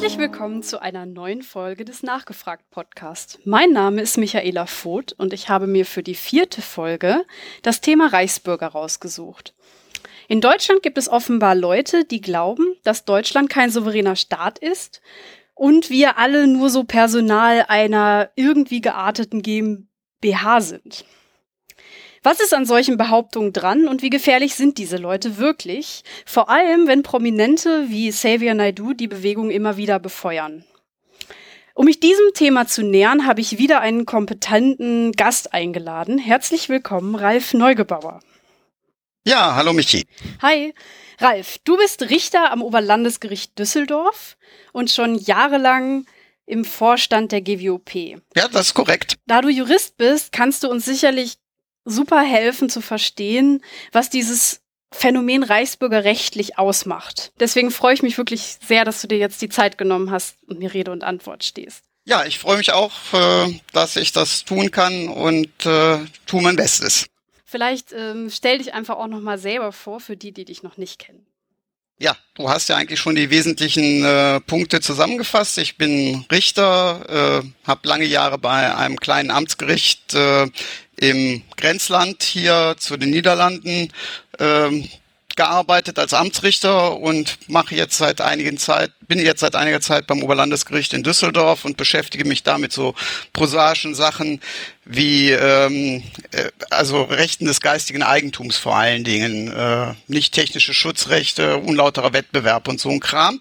Herzlich willkommen zu einer neuen Folge des Nachgefragt-Podcast. Mein Name ist Michaela Voth und ich habe mir für die 4. Folge das Thema Reichsbürger rausgesucht. In Deutschland gibt es offenbar Leute, die glauben, dass Deutschland kein souveräner Staat ist und wir alle nur so Personal einer irgendwie gearteten GmbH sind. Was ist an solchen Behauptungen dran und wie gefährlich sind diese Leute wirklich? Vor allem, wenn Prominente wie Xavier Naidoo die Bewegung immer wieder befeuern. Um mich diesem Thema zu nähern, habe ich wieder einen kompetenten Gast eingeladen. Herzlich willkommen, Ralf Neugebauer. Ja, hallo Michi. Hi. Ralf, du bist Richter am Oberlandesgericht Düsseldorf und schon jahrelang im Vorstand der GWOP. Ja, das ist korrekt. Da du Jurist bist, kannst du uns sicherlich super helfen zu verstehen, was dieses Phänomen Reichsbürger rechtlich ausmacht. Deswegen freue ich mich wirklich sehr, dass du dir jetzt die Zeit genommen hast und mir Rede und Antwort stehst. Ja, ich freue mich auch, dass ich das tun kann und tue mein Bestes. Vielleicht stell dich einfach auch noch mal selber vor, für die dich noch nicht kennen. Ja, du hast ja eigentlich schon die wesentlichen Punkte zusammengefasst. Ich bin Richter, habe lange Jahre bei einem kleinen Amtsgericht im Grenzland hier zu den Niederlanden gearbeitet als Amtsrichter und bin jetzt seit einiger Zeit beim Oberlandesgericht in Düsseldorf und beschäftige mich damit so prosaischen Sachen wie also Rechten des geistigen Eigentums vor allen Dingen, nicht technische Schutzrechte, unlauterer Wettbewerb und so ein Kram.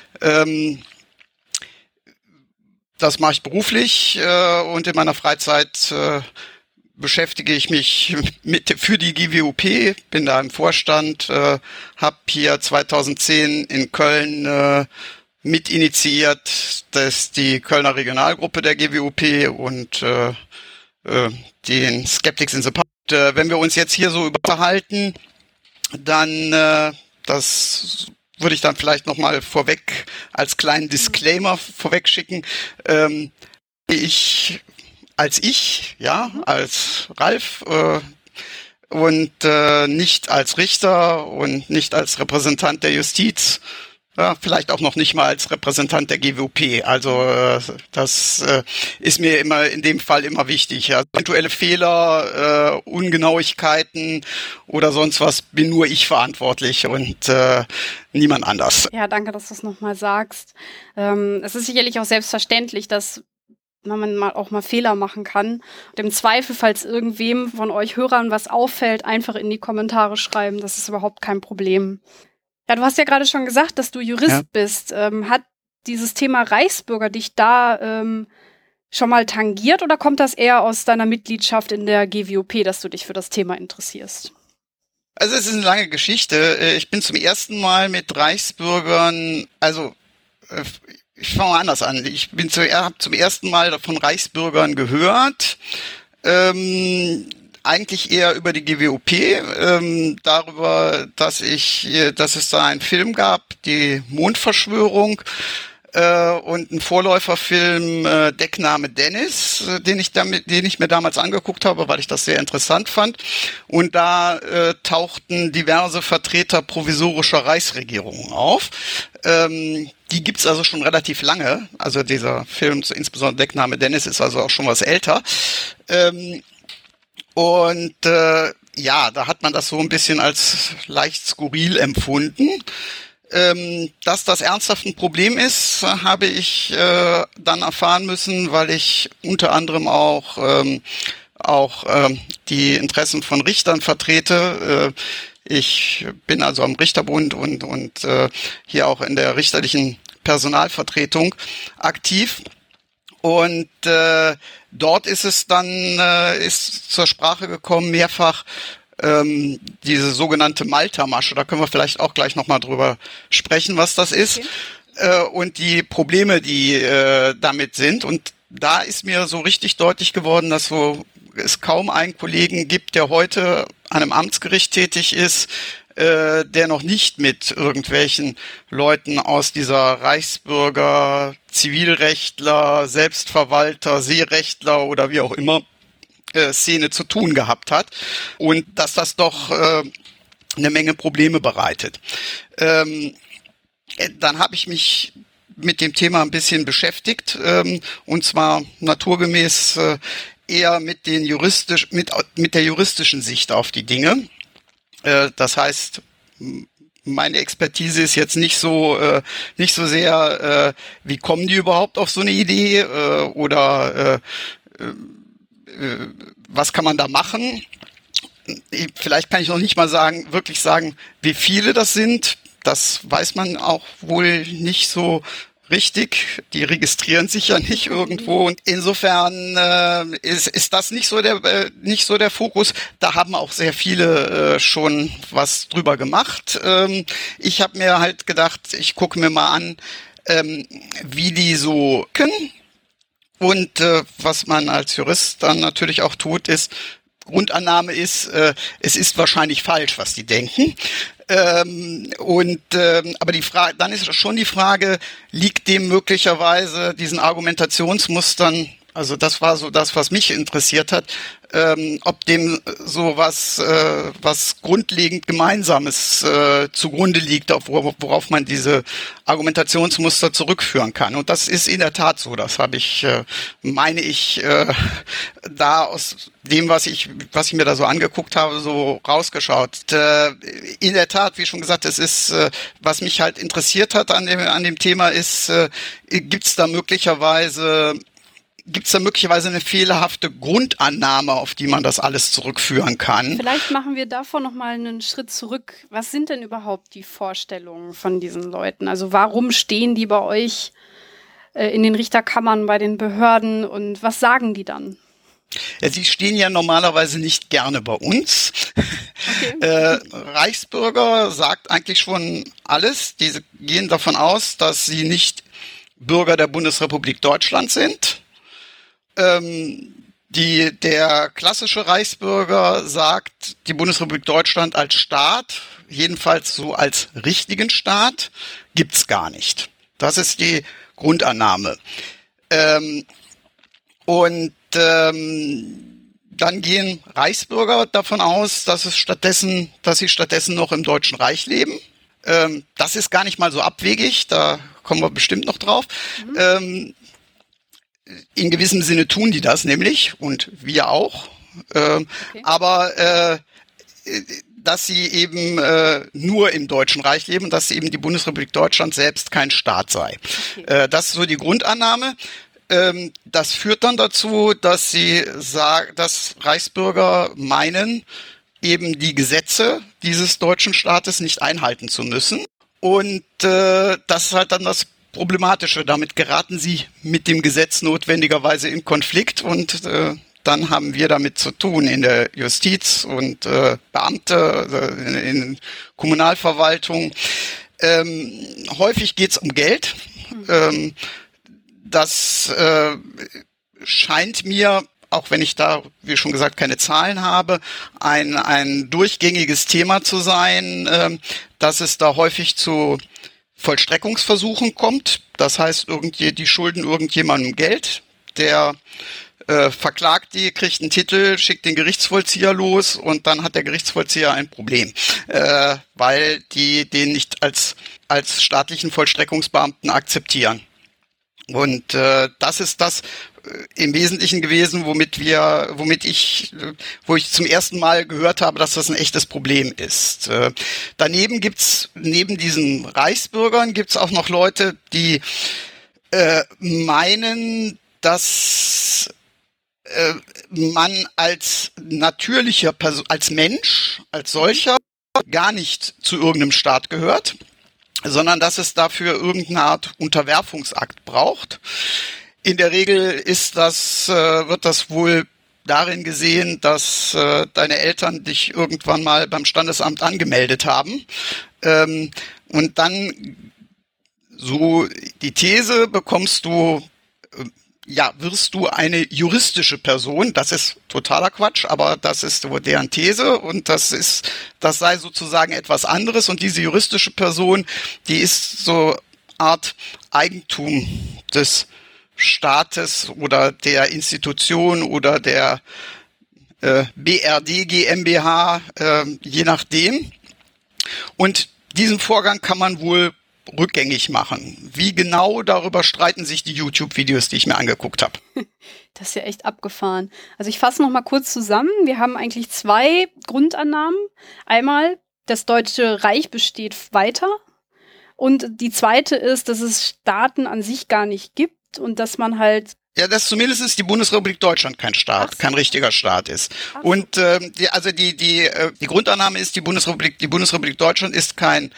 Das mache ich beruflich und in meiner Freizeit beschäftige ich mich für die GWOP, bin da im Vorstand, habe hier 2010 in Köln mitinitiiert, dass die Kölner Regionalgruppe der GWOP und den Skeptics in the Pub. Wenn wir uns jetzt hier so unterhalten, dann das würde ich dann vielleicht nochmal vorweg als kleinen Disclaimer vorweg schicken. Als Ralf und nicht als Richter und nicht als Repräsentant der Justiz, vielleicht auch noch nicht mal als Repräsentant der GWOP. Also das ist mir immer in dem Fall immer wichtig. Ja. Eventuelle Fehler, Ungenauigkeiten oder sonst was bin nur ich verantwortlich und niemand anders. Ja, danke, dass du es nochmal sagst. Es ist sicherlich auch selbstverständlich, dass man auch mal Fehler machen kann. Und im Zweifel, falls irgendwem von euch Hörern was auffällt, einfach in die Kommentare schreiben. Das ist überhaupt kein Problem. Ja, du hast ja gerade schon gesagt, dass du Jurist bist. Hat dieses Thema Reichsbürger dich da schon mal tangiert oder kommt das eher aus deiner Mitgliedschaft in der GWOP, dass du dich für das Thema interessierst? Also es ist eine lange Geschichte. Ich bin zum ersten Mal mit Reichsbürgern, ich fange mal anders an. Ich habe zum ersten Mal von Reichsbürgern gehört, eigentlich eher über die GWOP, darüber, dass es da einen Film gab, die Mondverschwörung, und ein Vorläuferfilm, Deckname Dennis, den ich mir damals angeguckt habe, weil ich das sehr interessant fand. Und da tauchten diverse Vertreter provisorischer Reichsregierungen auf. Die gibt's also schon relativ lange. Also dieser Film, insbesondere Deckname Dennis, ist also auch schon was älter. Da hat man das so ein bisschen als leicht skurril empfunden. Dass das ernsthaft ein Problem ist, habe ich dann erfahren müssen, weil ich unter anderem auch die Interessen von Richtern vertrete. Ich bin also am Richterbund und hier auch in der richterlichen Personalvertretung aktiv. Und dort ist es dann ist zur Sprache gekommen mehrfach diese sogenannte Malta-Masche. Da können wir vielleicht auch gleich nochmal drüber sprechen, was das ist. Okay. Und die Probleme, die damit sind. Und da ist mir so richtig deutlich geworden, dass es kaum einen Kollegen gibt, der heute an einem Amtsgericht tätig ist, der noch nicht mit irgendwelchen Leuten aus dieser Reichsbürger, Zivilrechtler, Selbstverwalter, Seerechtler oder wie auch immer Szene zu tun gehabt hat und dass das doch eine Menge Probleme bereitet. Dann habe ich mich mit dem Thema ein bisschen beschäftigt, und zwar naturgemäß eher mit der juristischen Sicht auf die Dinge. Das heißt, meine Expertise ist jetzt nicht so sehr, wie kommen die überhaupt auf so eine Idee, oder was kann man da machen? Vielleicht kann ich noch nicht mal wirklich sagen, wie viele das sind. Das weiß man auch wohl nicht so richtig. Die registrieren sich ja nicht irgendwo, und insofern ist das nicht so der Fokus. Da haben auch sehr viele schon was drüber gemacht. Ich habe mir halt gedacht, ich gucke mir mal an, wie die so können. Und was man als Jurist dann natürlich auch tut, ist, Grundannahme ist, es ist wahrscheinlich falsch, was die denken. Aber dann ist schon die Frage, liegt dem möglicherweise diesen Argumentationsmustern, also das war so das, was mich interessiert hat, ob dem so was grundlegend Gemeinsames zugrunde liegt, worauf man diese Argumentationsmuster zurückführen kann. Und das ist in der Tat so. Das habe ich, meine ich, da aus dem, was ich mir da so angeguckt habe, so rausgeschaut. In der Tat, wie schon gesagt, es ist, was mich halt interessiert hat an dem Thema ist, gibt es da möglicherweise eine fehlerhafte Grundannahme, auf die man das alles zurückführen kann? Vielleicht machen wir davon nochmal einen Schritt zurück. Was sind denn überhaupt die Vorstellungen von diesen Leuten? Also warum stehen die bei euch in den Richterkammern, bei den Behörden, und was sagen die dann? Ja, sie stehen ja normalerweise nicht gerne bei uns. Okay. Reichsbürger sagt eigentlich schon alles. Diese gehen davon aus, dass sie nicht Bürger der Bundesrepublik Deutschland sind. Der klassische Reichsbürger sagt, die Bundesrepublik Deutschland als Staat, jedenfalls so als richtigen Staat, gibt's gar nicht. Das ist die Grundannahme. Dann gehen Reichsbürger davon aus, dass sie stattdessen noch im Deutschen Reich leben. Das ist gar nicht mal so abwegig, da kommen wir bestimmt noch drauf. In gewissem Sinne tun die das nämlich, und wir auch. Okay. Aber dass sie eben nur im Deutschen Reich leben, dass eben die Bundesrepublik Deutschland selbst kein Staat sei. Okay. Das ist so die Grundannahme. Das führt dann dazu, dass dass Reichsbürger meinen, eben die Gesetze dieses deutschen Staates nicht einhalten zu müssen. Und das ist halt dann das Problematische. Damit geraten sie mit dem Gesetz notwendigerweise in Konflikt, und dann haben wir damit zu tun in der Justiz und Beamte, in Kommunalverwaltung. Häufig geht's um Geld. Das scheint mir, auch wenn ich da, wie schon gesagt, keine Zahlen habe, ein durchgängiges Thema zu sein, dass es da häufig zu Vollstreckungsversuchen kommt. Das heißt, die schulden irgendjemandem Geld, der verklagt die, kriegt einen Titel, schickt den Gerichtsvollzieher los, und dann hat der Gerichtsvollzieher ein Problem, weil die den nicht als staatlichen Vollstreckungsbeamten akzeptieren. Und das ist das im Wesentlichen gewesen, wo ich zum ersten Mal gehört habe, dass das ein echtes Problem ist. Daneben neben diesen Reichsbürgern gibt's auch noch Leute, die meinen, dass man als natürlicher Person, als Mensch, als solcher, gar nicht zu irgendeinem Staat gehört, sondern dass es dafür irgendeine Art Unterwerfungsakt braucht. In der Regel wird das wohl darin gesehen, dass deine Eltern dich irgendwann mal beim Standesamt angemeldet haben. Und dann, so die These, wirst du eine juristische Person. Das ist totaler Quatsch, aber das ist deren These, und das sei sozusagen etwas anderes, und diese juristische Person, die ist so Art Eigentum des Staates oder der Institution oder der BRD GmbH, je nachdem. Und diesen Vorgang kann man wohl rückgängig machen. Wie genau, darüber streiten sich die YouTube-Videos, die ich mir angeguckt habe. Das ist ja echt abgefahren. Also ich fasse noch mal kurz zusammen. Wir haben eigentlich 2 Grundannahmen. Einmal, das Deutsche Reich besteht weiter. Und die zweite ist, dass es Staaten an sich gar nicht gibt und dass man halt... Ja, dass zumindest die Bundesrepublik Deutschland kein Staat, kein richtiger Staat ist. Und die Grundannahme ist, die Bundesrepublik Deutschland ist kein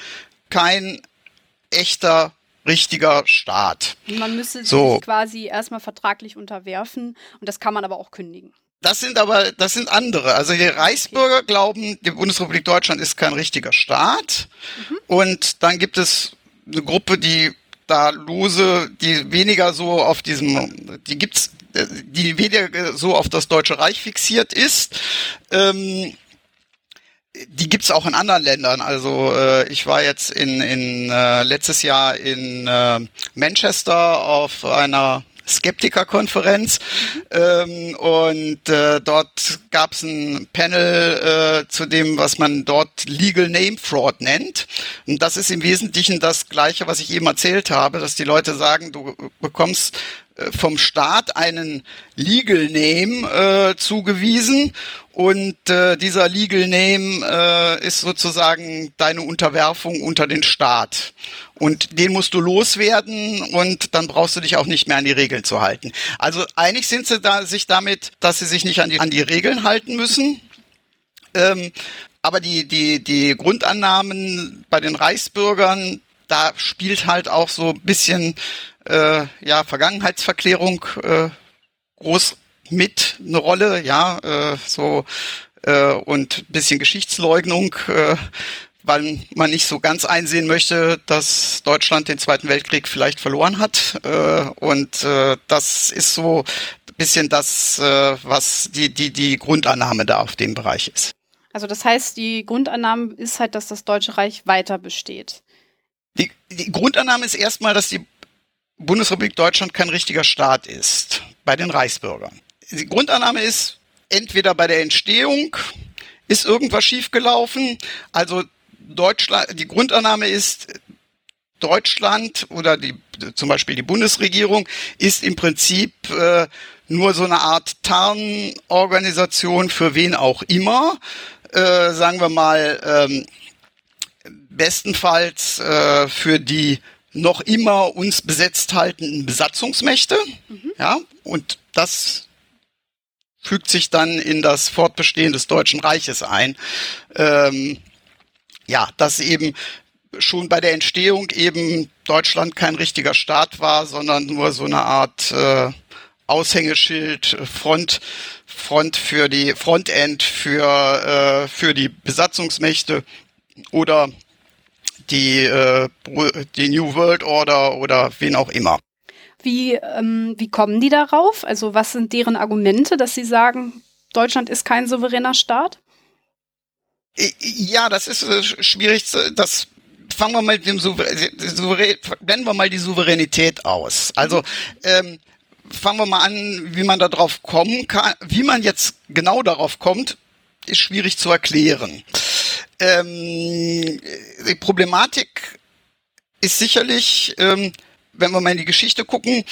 echter, richtiger Staat. Man müsste sich quasi erstmal vertraglich unterwerfen und das kann man aber auch kündigen. Das sind andere. Also die Reichsbürger glauben, die Bundesrepublik Deutschland ist kein richtiger Staat. Und dann gibt es eine Gruppe, die weniger so auf die weniger so auf das Deutsche Reich fixiert ist. Die gibt's auch in anderen Ländern. Also ich war jetzt letztes Jahr in Manchester auf einer Skeptiker-Konferenz und dort gab es ein Panel zu dem, was man dort Legal Name Fraud nennt. Und das ist im Wesentlichen das Gleiche, was ich eben erzählt habe, dass die Leute sagen, du bekommst vom Staat einen Legal Name zugewiesen und dieser Legal Name ist sozusagen deine Unterwerfung unter den Staat. Und den musst du loswerden und dann brauchst du dich auch nicht mehr an die Regeln zu halten. Also einig sind sie sich damit, dass sie sich nicht an die Regeln halten müssen. Aber die Grundannahmen bei den Reichsbürgern, da spielt halt auch so ein bisschen Vergangenheitsverklärung groß mit eine Rolle, und ein bisschen Geschichtsleugnung, weil man nicht so ganz einsehen möchte, dass Deutschland den Zweiten Weltkrieg vielleicht verloren hat. Das ist so ein bisschen das, was die Grundannahme da auf dem Bereich ist. Also das heißt, die Grundannahme ist halt, dass das Deutsche Reich weiter besteht. Die Grundannahme ist erstmal, dass die Bundesrepublik Deutschland kein richtiger Staat ist, bei den Reichsbürgern. Die Grundannahme ist, entweder bei der Entstehung ist irgendwas schiefgelaufen, also die Grundannahme ist, Deutschland oder zum Beispiel die Bundesregierung ist im Prinzip nur so eine Art Tarnorganisation für wen auch immer, sagen wir mal, bestenfalls für die noch immer uns besetzt haltenden Besatzungsmächte, und das fügt sich dann in das Fortbestehen des Deutschen Reiches ein. Dass eben schon bei der Entstehung eben Deutschland kein richtiger Staat war, sondern nur so eine Art Aushängeschild, Frontend für die Besatzungsmächte oder die New World Order oder wen auch immer. Wie kommen die darauf? Also was sind deren Argumente, dass sie sagen, Deutschland ist kein souveräner Staat? Ja, das ist schwierig. Fangen wir mal blenden wir mal die Souveränität aus. Also fangen wir mal an, wie man da drauf kommen kann. Wie man jetzt genau darauf kommt, ist schwierig zu erklären. Die Problematik ist sicherlich, wenn wir mal in die Geschichte gucken,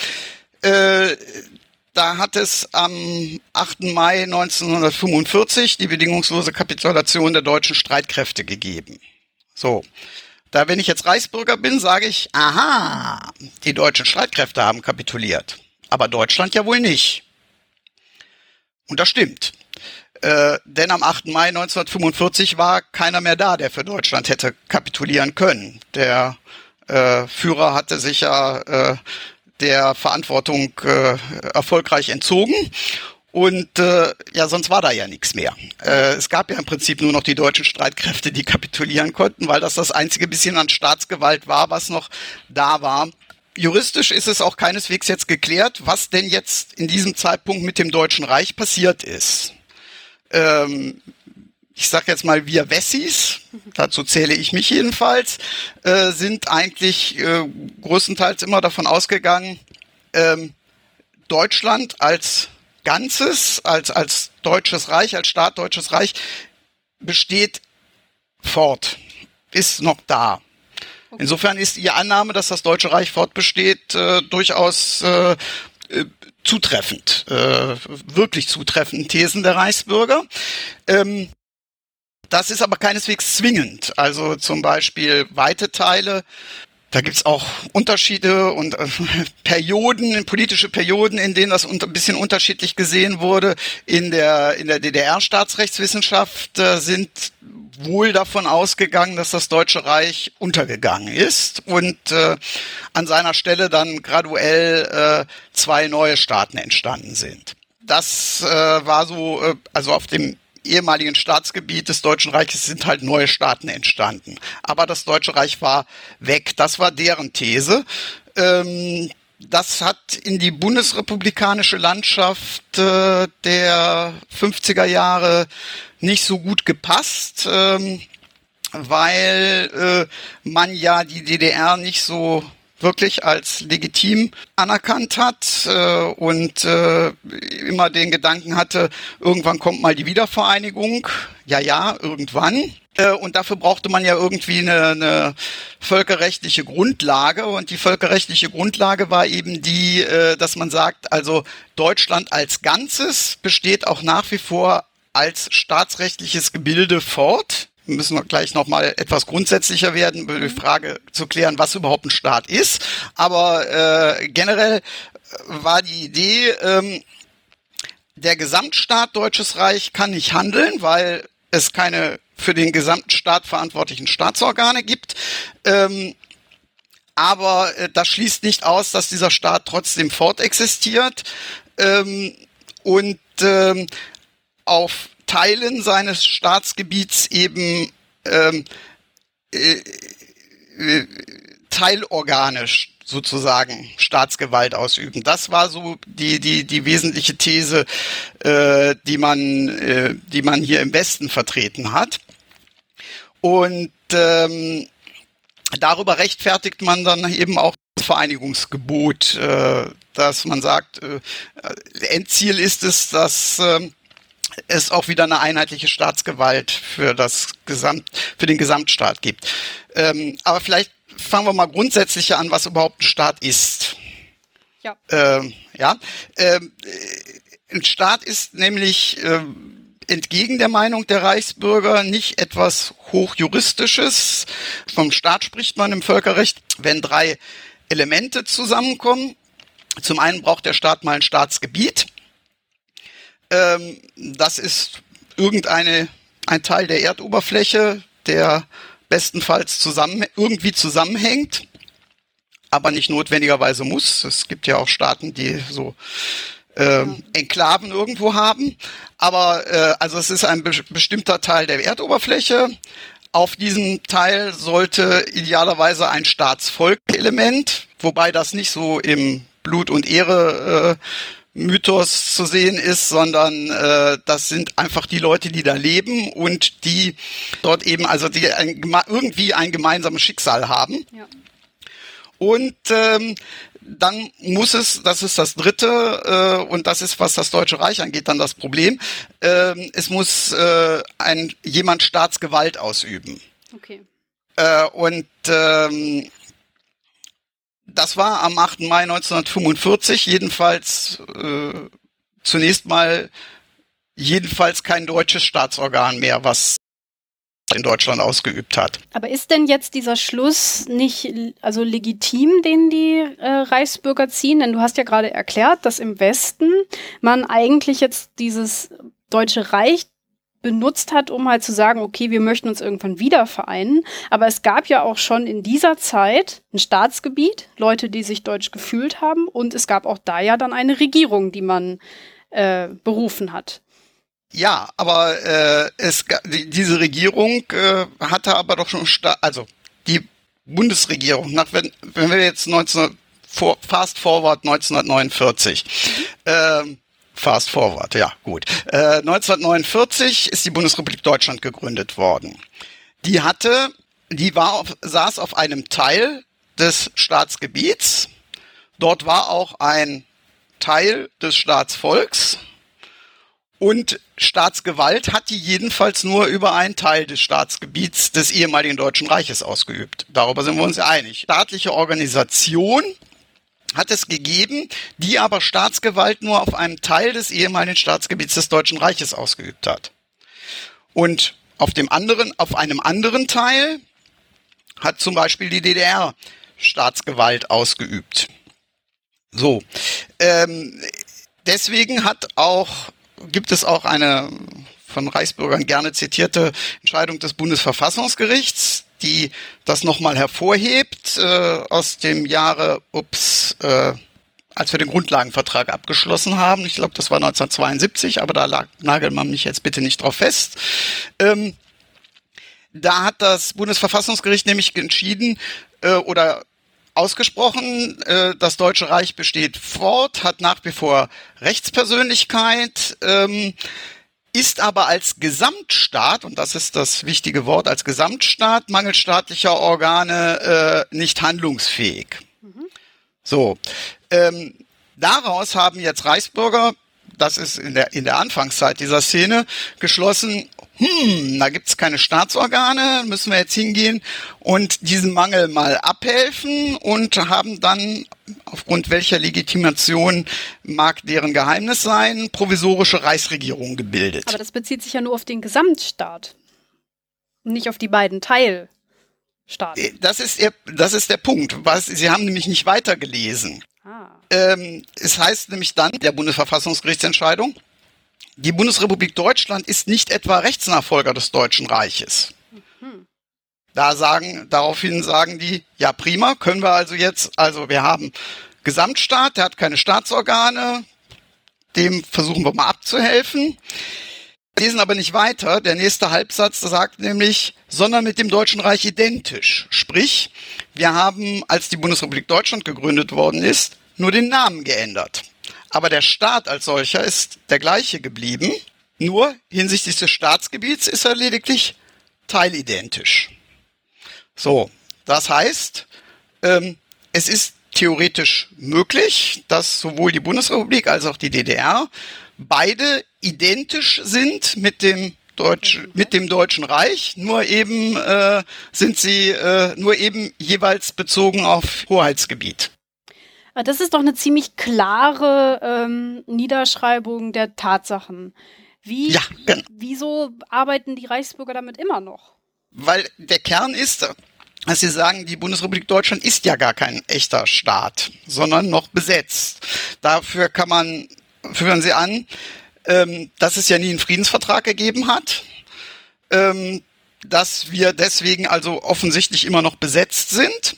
da hat es am 8. Mai 1945 die bedingungslose Kapitulation der deutschen Streitkräfte gegeben. So, wenn ich jetzt Reichsbürger bin, sage ich, aha, die deutschen Streitkräfte haben kapituliert, aber Deutschland ja wohl nicht. Und das stimmt. Denn am 8. Mai 1945 war keiner mehr da, der für Deutschland hätte kapitulieren können. Der Führer hatte sich ja der Verantwortung erfolgreich entzogen und sonst war da ja nichts mehr. Es gab ja im Prinzip nur noch die deutschen Streitkräfte, die kapitulieren konnten, weil das einzige bisschen an Staatsgewalt war, was noch da war. Juristisch ist es auch keineswegs jetzt geklärt, was denn jetzt in diesem Zeitpunkt mit dem Deutschen Reich passiert ist. Ich sag jetzt mal, wir Wessis, dazu zähle ich mich jedenfalls, sind eigentlich größtenteils immer davon ausgegangen, Deutschland als Ganzes, als Deutsches Reich, als Staat Deutsches Reich besteht fort, ist noch da. Okay. Insofern ist die Annahme, dass das Deutsche Reich fortbesteht, durchaus zutreffend, wirklich zutreffend Thesen der Reichsbürger. Das ist aber keineswegs zwingend. Also zum Beispiel weite Teile, da gibt's auch Unterschiede und Perioden, politische Perioden, in denen das ein bisschen unterschiedlich gesehen wurde. In der DDR-Staatsrechtswissenschaft sind wohl davon ausgegangen, dass das Deutsche Reich untergegangen ist und an seiner Stelle dann graduell zwei neue Staaten entstanden sind. Das war so, also auf dem ehemaligen Staatsgebiet des Deutschen Reiches sind halt neue Staaten entstanden. Aber das Deutsche Reich war weg. Das war deren These. Das hat in die bundesrepublikanische Landschaft der 50er Jahre nicht so gut gepasst, weil man ja die DDR nicht so wirklich als legitim anerkannt hat und immer den Gedanken hatte, irgendwann kommt mal die Wiedervereinigung. Ja, irgendwann. Und dafür brauchte man ja irgendwie eine völkerrechtliche Grundlage. Und die völkerrechtliche Grundlage war eben die, dass man sagt, also Deutschland als Ganzes besteht auch nach wie vor als staatsrechtliches Gebilde fort. Müssen wir gleich nochmal etwas grundsätzlicher werden, um die Frage zu klären, was überhaupt ein Staat ist. Aber generell war die Idee, der Gesamtstaat Deutsches Reich kann nicht handeln, weil es keine für den gesamten Staat verantwortlichen Staatsorgane gibt. Aber das schließt nicht aus, dass dieser Staat trotzdem fortexistiert und auf Teilen seines Staatsgebiets eben teilorganisch sozusagen Staatsgewalt ausüben. Das war so die wesentliche These, die man hier im Westen vertreten hat. Und darüber rechtfertigt man dann eben auch das Vereinigungsgebot, dass man sagt, Endziel ist es, dass es auch wieder eine einheitliche Staatsgewalt für den Gesamtstaat gibt. Aber vielleicht fangen wir mal grundsätzlicher an, was überhaupt ein Staat ist. Ja. Ein Staat ist nämlich entgegen der Meinung der Reichsbürger nicht etwas Hochjuristisches. Vom Staat spricht man im Völkerrecht, wenn drei Elemente zusammenkommen. Zum einen braucht der Staat mal ein Staatsgebiet. Das ist ein Teil der Erdoberfläche, der bestenfalls irgendwie zusammenhängt, aber nicht notwendigerweise muss. Es gibt ja auch Staaten, die so Enklaven irgendwo haben. Aber also es ist ein bestimmter Teil der Erdoberfläche. Auf diesem Teil sollte idealerweise ein Staatsvolk-Element, wobei das nicht so im Blut und Ehre Mythos zu sehen ist, sondern das sind einfach die Leute, die da leben und die dort eben, also die irgendwie ein gemeinsames Schicksal haben. Ja. Und dann muss es, das ist das Dritte, und das ist, was das Deutsche Reich angeht, dann das Problem, es muss jemand Staatsgewalt ausüben. Okay. Und das war am 8. Mai 1945 jedenfalls jedenfalls kein deutsches Staatsorgan mehr, was in Deutschland ausgeübt hat. Aber ist denn jetzt dieser Schluss nicht also legitim, den die Reichsbürger ziehen? Denn du hast ja gerade erklärt, dass im Westen man eigentlich jetzt dieses Deutsche Reich benutzt hat, um halt zu sagen, okay, wir möchten uns irgendwann wieder vereinen. Aber es gab ja auch schon in dieser Zeit ein Staatsgebiet, Leute, die sich deutsch gefühlt haben. Und es gab auch da ja dann eine Regierung, die man berufen hat. Ja, aber diese Regierung hatte aber doch schon also die Bundesregierung, wenn wir jetzt fast forward 1949, fast forward, ja, gut. 1949 ist die Bundesrepublik Deutschland gegründet worden. Saß auf einem Teil des Staatsgebiets. Dort war auch ein Teil des Staatsvolks. Und Staatsgewalt hat die jedenfalls nur über einen Teil des Staatsgebiets des ehemaligen Deutschen Reiches ausgeübt. Darüber sind wir uns ja einig. Staatliche Organisation hat es gegeben, die aber Staatsgewalt nur auf einem Teil des ehemaligen Staatsgebiets des Deutschen Reiches ausgeübt hat. Und auf einem anderen Teil hat zum Beispiel die DDR Staatsgewalt ausgeübt. So, deswegen gibt es auch eine von Reichsbürgern gerne zitierte Entscheidung des Bundesverfassungsgerichts, die das nochmal hervorhebt aus dem Jahre, als wir den Grundlagenvertrag abgeschlossen haben. Ich glaube, das war 1972, aber da nagelt man mich jetzt bitte nicht drauf fest. Da hat das Bundesverfassungsgericht nämlich entschieden oder ausgesprochen, das Deutsche Reich besteht fort, hat nach wie vor Rechtspersönlichkeit, ist aber als Gesamtstaat, und das ist das wichtige Wort, als Gesamtstaat mangels staatlicher Organe nicht handlungsfähig. So, daraus haben jetzt Reichsbürger, das ist in der Anfangszeit dieser Szene, geschlossen, da gibt's keine Staatsorgane, müssen wir jetzt hingehen und diesen Mangel mal abhelfen und haben dann, aufgrund welcher Legitimation mag deren Geheimnis sein, provisorische Reichsregierung gebildet. Aber das bezieht sich ja nur auf den Gesamtstaat, nicht auf die beiden Teilstaaten. Das ist der Punkt. Sie haben nämlich nicht weitergelesen. Es heißt nämlich dann, der Bundesverfassungsgerichtsentscheidung, die Bundesrepublik Deutschland ist nicht etwa Rechtsnachfolger des Deutschen Reiches. Daraufhin sagen die, ja prima, können wir wir haben Gesamtstaat, der hat keine Staatsorgane, dem versuchen wir mal abzuhelfen. Wir lesen aber nicht weiter, der nächste Halbsatz sagt nämlich, sondern mit dem Deutschen Reich identisch. Sprich, wir haben, als die Bundesrepublik Deutschland gegründet worden ist, nur den Namen geändert. Aber der Staat als solcher ist der gleiche geblieben, nur hinsichtlich des Staatsgebiets ist er lediglich teilidentisch. So, das heißt, es ist theoretisch möglich, dass sowohl die Bundesrepublik als auch die DDR beide identisch sind mit dem Deutschen Reich, nur eben sind sie jeweils bezogen auf Hoheitsgebiet. Das ist doch eine ziemlich klare Niederschreibung der Tatsachen. Wieso arbeiten die Reichsbürger damit immer noch? Weil der Kern ist, dass sie sagen, die Bundesrepublik Deutschland ist ja gar kein echter Staat, sondern noch besetzt. Dafür führen sie an, dass es ja nie einen Friedensvertrag gegeben hat, dass wir deswegen also offensichtlich immer noch besetzt sind.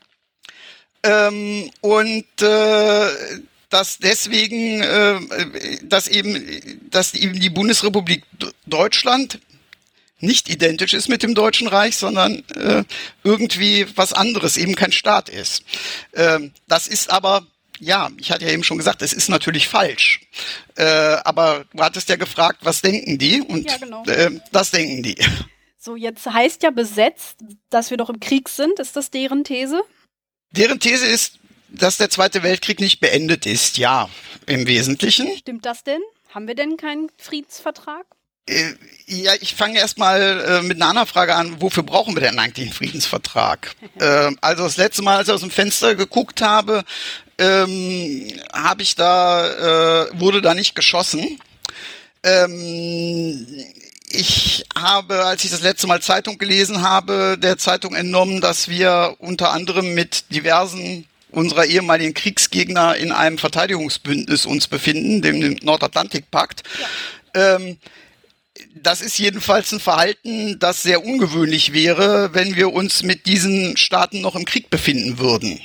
Dass deswegen, dass eben die Bundesrepublik Deutschland nicht identisch ist mit dem Deutschen Reich, sondern irgendwie was anderes, eben kein Staat ist. Das ist aber, ja, ich hatte ja eben schon gesagt, es ist natürlich falsch. Aber du hattest ja gefragt, was denken die? Und ja, genau. Das denken die. So, jetzt heißt ja besetzt, dass wir doch im Krieg sind. Ist das deren These? Deren These ist, dass der Zweite Weltkrieg nicht beendet ist, ja, im Wesentlichen. Stimmt das denn? Haben wir denn keinen Friedensvertrag? Ja, ich fange erstmal mit einer anderen Frage an. Wofür brauchen wir denn eigentlich einen Friedensvertrag? Also das letzte Mal, als ich aus dem Fenster geguckt habe, wurde da nicht geschossen. Ich habe, als ich das letzte Mal Zeitung gelesen habe, der Zeitung entnommen, dass wir unter anderem mit diversen unserer ehemaligen Kriegsgegner in einem Verteidigungsbündnis uns befinden, dem Nordatlantikpakt. Ja. Das ist jedenfalls ein Verhalten, das sehr ungewöhnlich wäre, wenn wir uns mit diesen Staaten noch im Krieg befinden würden.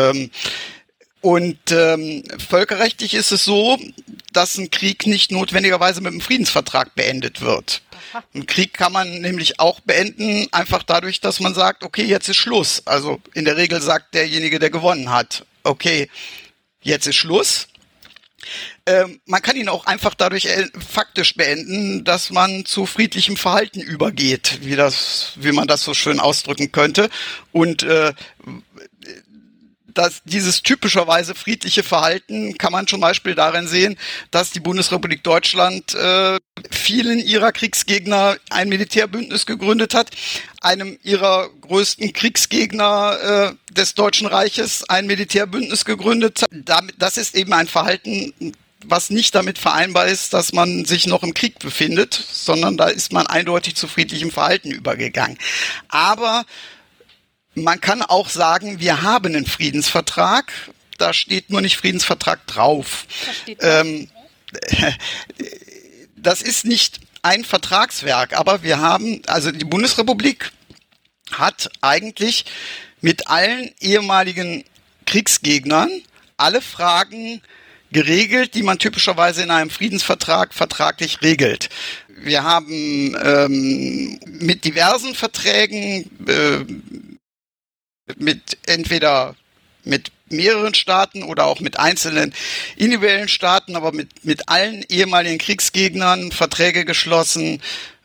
Völkerrechtlich ist es so, dass ein Krieg nicht notwendigerweise mit einem Friedensvertrag beendet wird. Einen Krieg kann man nämlich auch beenden, einfach dadurch, dass man sagt, okay, jetzt ist Schluss. Also in der Regel sagt derjenige, der gewonnen hat, okay, jetzt ist Schluss. Man kann ihn auch einfach dadurch faktisch beenden, dass man zu friedlichem Verhalten übergeht, wie man das so schön ausdrücken könnte. Und dieses typischerweise friedliche Verhalten kann man zum Beispiel darin sehen, dass die Bundesrepublik Deutschland vielen ihrer Kriegsgegner ein Militärbündnis gegründet hat, einem ihrer größten Kriegsgegner des Deutschen Reiches ein Militärbündnis gegründet hat. Das ist eben ein Verhalten, was nicht damit vereinbar ist, dass man sich noch im Krieg befindet, sondern da ist man eindeutig zu friedlichem Verhalten übergegangen. Aber man kann auch sagen, wir haben einen Friedensvertrag, da steht nur nicht Friedensvertrag drauf. Das ist nicht ein Vertragswerk, aber wir haben, also die Bundesrepublik hat eigentlich mit allen ehemaligen Kriegsgegnern alle Fragen geregelt, die man typischerweise in einem Friedensvertrag vertraglich regelt. Wir haben mit diversen Verträgen, entweder mit mehreren Staaten oder auch mit einzelnen individuellen Staaten, aber mit allen ehemaligen Kriegsgegnern Verträge geschlossen,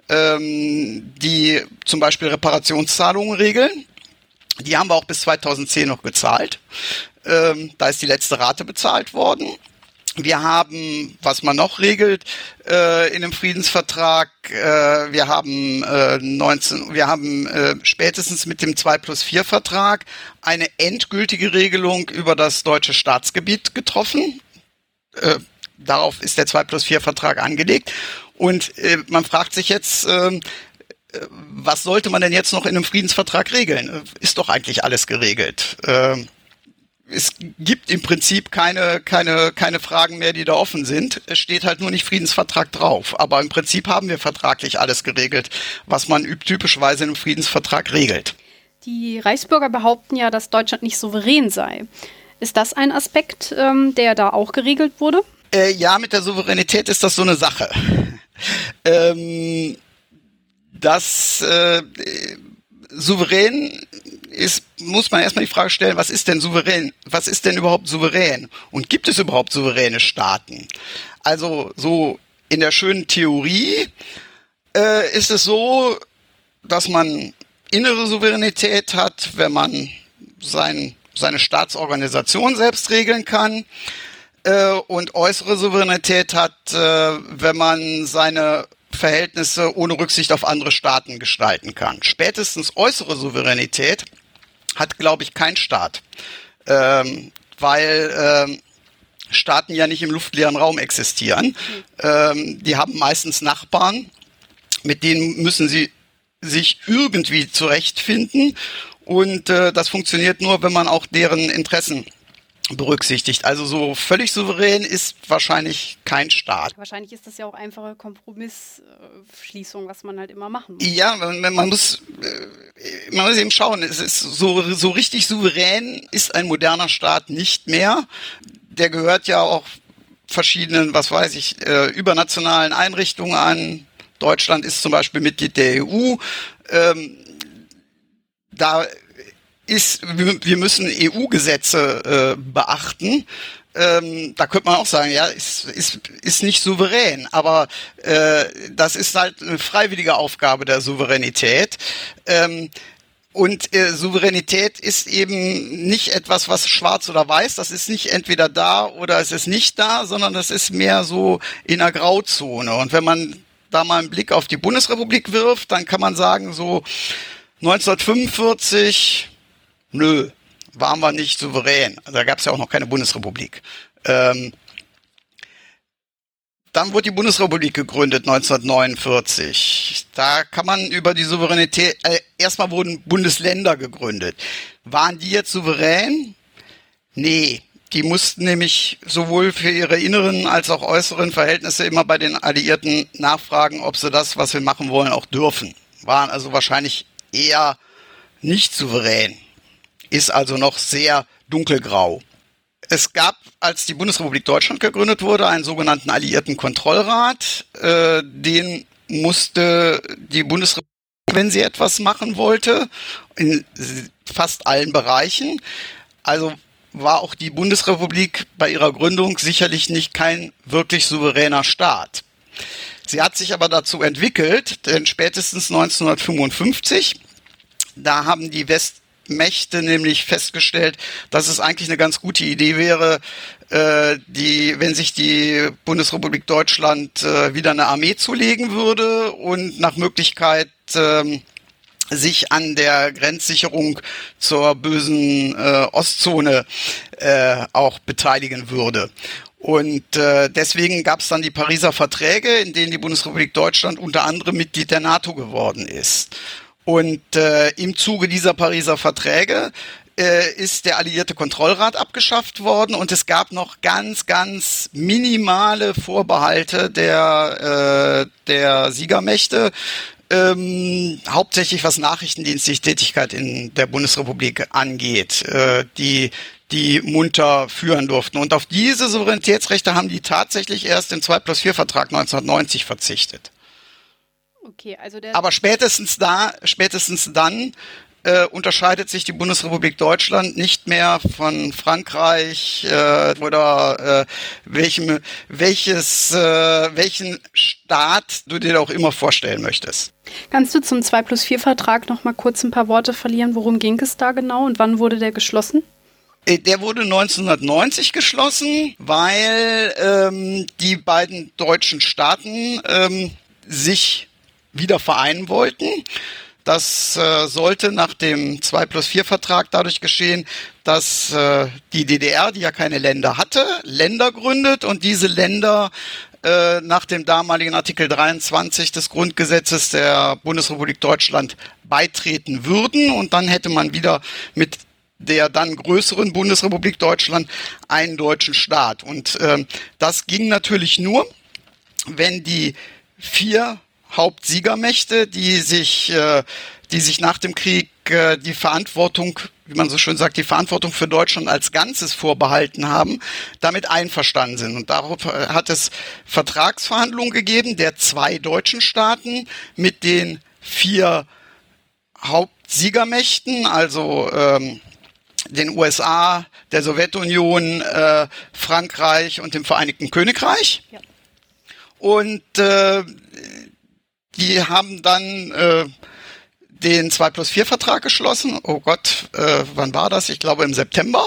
die zum Beispiel Reparationszahlungen regeln. Die haben wir auch bis 2010 noch gezahlt. Da ist die letzte Rate bezahlt worden. Wir haben, was man noch regelt, in dem Friedensvertrag, wir haben spätestens mit dem 2+4 Vertrag eine endgültige Regelung über das deutsche Staatsgebiet getroffen. Darauf ist der 2+4 Vertrag angelegt. Und man fragt sich jetzt, was sollte man denn jetzt noch in einem Friedensvertrag regeln? Ist doch eigentlich alles geregelt. Es gibt im Prinzip keine Fragen mehr, die da offen sind. Es steht halt nur nicht Friedensvertrag drauf. Aber im Prinzip haben wir vertraglich alles geregelt, was man typischerweise in einem Friedensvertrag regelt. Die Reichsbürger behaupten ja, dass Deutschland nicht souverän sei. Ist das ein Aspekt, der da auch geregelt wurde? Ja, mit der Souveränität ist das so eine Sache. Souverän ist, muss man erstmal die Frage stellen, was ist denn souverän? Was ist denn überhaupt souverän? Und gibt es überhaupt souveräne Staaten? Also so in der schönen Theorie ist es so, dass man innere Souveränität hat, wenn man seine Staatsorganisation selbst regeln kann, und äußere Souveränität hat, wenn man seine Verhältnisse ohne Rücksicht auf andere Staaten gestalten kann. Spätestens äußere Souveränität hat, glaube ich, kein Staat, weil Staaten ja nicht im luftleeren Raum existieren. Die haben meistens Nachbarn, mit denen müssen sie sich irgendwie zurechtfinden, und das funktioniert nur, wenn man auch deren Interessen berücksichtigt. Also so völlig souverän ist wahrscheinlich kein Staat. Wahrscheinlich ist das ja auch einfache Kompromissschließung, was man halt immer machen muss. Ja, man muss eben schauen. Es ist so richtig souverän ist ein moderner Staat nicht mehr. Der gehört ja auch verschiedenen, übernationalen Einrichtungen an. Deutschland ist zum Beispiel Mitglied der EU. Wir müssen EU-Gesetze beachten. Da könnte man auch sagen, ja, ist nicht souverän, aber das ist halt eine freiwillige Aufgabe der Souveränität. Und Souveränität ist eben nicht etwas, was schwarz oder weiß, das ist nicht entweder da oder es ist nicht da, sondern das ist mehr so in einer Grauzone. Und wenn man da mal einen Blick auf die Bundesrepublik wirft, dann kann man sagen, so 1945, nö, waren wir nicht souverän. Also da gab es ja auch noch keine Bundesrepublik. Dann wurde die Bundesrepublik gegründet 1949. Da kann man über die Souveränität, erstmal wurden Bundesländer gegründet. Waren die jetzt souverän? Nee. Die mussten nämlich sowohl für ihre inneren als auch äußeren Verhältnisse immer bei den Alliierten nachfragen, ob sie das, was wir machen wollen, auch dürfen. Waren also wahrscheinlich eher nicht souverän. Ist also noch sehr dunkelgrau. Es gab, als die Bundesrepublik Deutschland gegründet wurde, einen sogenannten Alliierten Kontrollrat. Den musste die Bundesrepublik, wenn sie etwas machen wollte, in fast allen Bereichen. Also war auch die Bundesrepublik bei ihrer Gründung sicherlich nicht kein wirklich souveräner Staat. Sie hat sich aber dazu entwickelt, denn spätestens 1955, da haben die Mächte nämlich festgestellt, dass es eigentlich eine ganz gute Idee wäre, wenn sich die Bundesrepublik Deutschland wieder eine Armee zulegen würde und nach Möglichkeit sich an der Grenzsicherung zur bösen Ostzone auch beteiligen würde. Und deswegen gab es dann die Pariser Verträge, in denen die Bundesrepublik Deutschland unter anderem Mitglied der NATO geworden ist. Und im Zuge dieser Pariser Verträge ist der Alliierte Kontrollrat abgeschafft worden und es gab noch ganz, ganz minimale Vorbehalte der Siegermächte, hauptsächlich was nachrichtendienstliche Tätigkeit in der Bundesrepublik angeht, die munter führen durften. Und auf diese Souveränitätsrechte haben die tatsächlich erst im 2+4-Vertrag 1990 verzichtet. Okay, also aber spätestens dann unterscheidet sich die Bundesrepublik Deutschland nicht mehr von Frankreich oder welchen Staat du dir auch immer vorstellen möchtest. Kannst du zum 2+4-Vertrag noch mal kurz ein paar Worte verlieren? Worum ging es da genau und wann wurde der geschlossen? Der wurde 1990 geschlossen, weil die beiden deutschen Staaten sich wieder vereinen wollten. Das sollte nach dem 2+4-Vertrag dadurch geschehen, dass die DDR, die ja keine Länder hatte, Länder gründet und diese Länder nach dem damaligen Artikel 23 des Grundgesetzes der Bundesrepublik Deutschland beitreten würden. Und dann hätte man wieder mit der dann größeren Bundesrepublik Deutschland einen deutschen Staat. Und das ging natürlich nur, wenn die 4 Hauptsiegermächte, die sich nach dem Krieg die Verantwortung, wie man so schön sagt, die Verantwortung für Deutschland als Ganzes vorbehalten haben, damit einverstanden sind. Und darauf hat es Vertragsverhandlungen gegeben der 2 deutschen Staaten mit den 4 Hauptsiegermächten, also den USA, der Sowjetunion, Frankreich und dem Vereinigten Königreich. Ja. Und die haben dann den 2+4-Vertrag geschlossen. Oh Gott, wann war das? Ich glaube im September.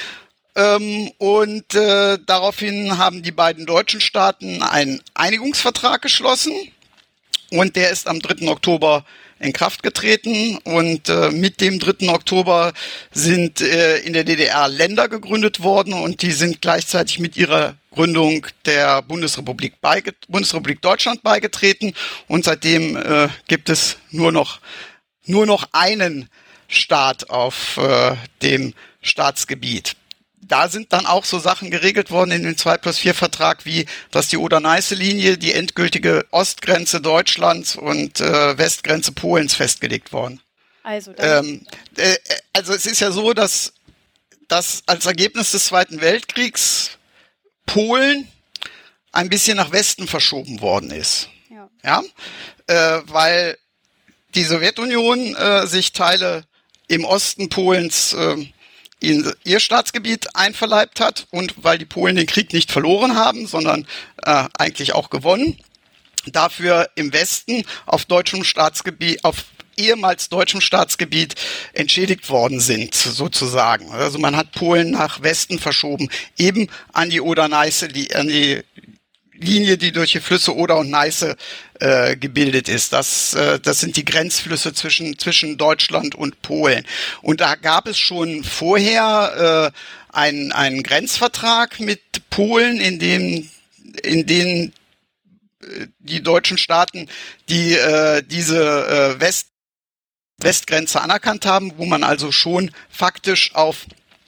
Und daraufhin haben die beiden deutschen Staaten einen Einigungsvertrag geschlossen. Und der ist am 3. Oktober in Kraft getreten. Und mit dem 3. Oktober sind in der DDR Länder gegründet worden. Und die sind gleichzeitig mit ihrer Gründung der Bundesrepublik Deutschland beigetreten. Und seitdem gibt es nur noch einen Staat auf dem Staatsgebiet. Da sind dann auch so Sachen geregelt worden in dem 2+4-Vertrag, wie dass die Oder-Neiße-Linie, die endgültige Ostgrenze Deutschlands und Westgrenze Polens festgelegt worden. Also es ist ja so, dass als Ergebnis des Zweiten Weltkriegs Polen ein bisschen nach Westen verschoben worden ist. Ja? Weil die Sowjetunion sich Teile im Osten Polens in ihr Staatsgebiet einverleibt hat und weil die Polen den Krieg nicht verloren haben, sondern eigentlich auch gewonnen, dafür im Westen auf ehemals deutschem Staatsgebiet entschädigt worden sind, sozusagen. Also man hat Polen nach Westen verschoben, eben an die Oder-Neiße, an die Linie, die durch die Flüsse Oder und Neiße gebildet ist. Das sind die Grenzflüsse zwischen Deutschland und Polen. Und da gab es schon vorher einen Grenzvertrag mit Polen, in dem die deutschen Staaten diese Westgrenze anerkannt haben, wo man also schon faktisch auf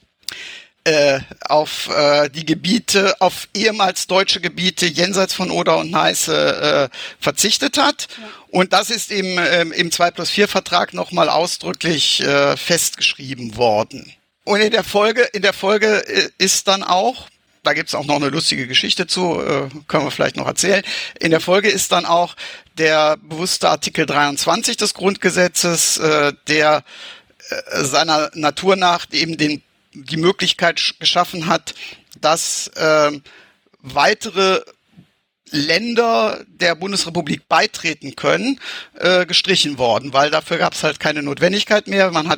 die Gebiete, auf ehemals deutsche Gebiete jenseits von Oder und Neiße verzichtet hat. Ja. Und das ist im 2+4-Vertrag nochmal ausdrücklich festgeschrieben worden. Und in der Folge ist dann auch, da gibt's auch noch eine lustige Geschichte zu, können wir vielleicht noch erzählen. In der Folge ist dann auch der bewusste Artikel 23 des Grundgesetzes, der seiner Natur nach eben die Möglichkeit geschaffen hat, dass weitere Länder der Bundesrepublik beitreten können, gestrichen worden, weil dafür gab es halt keine Notwendigkeit mehr. Man hat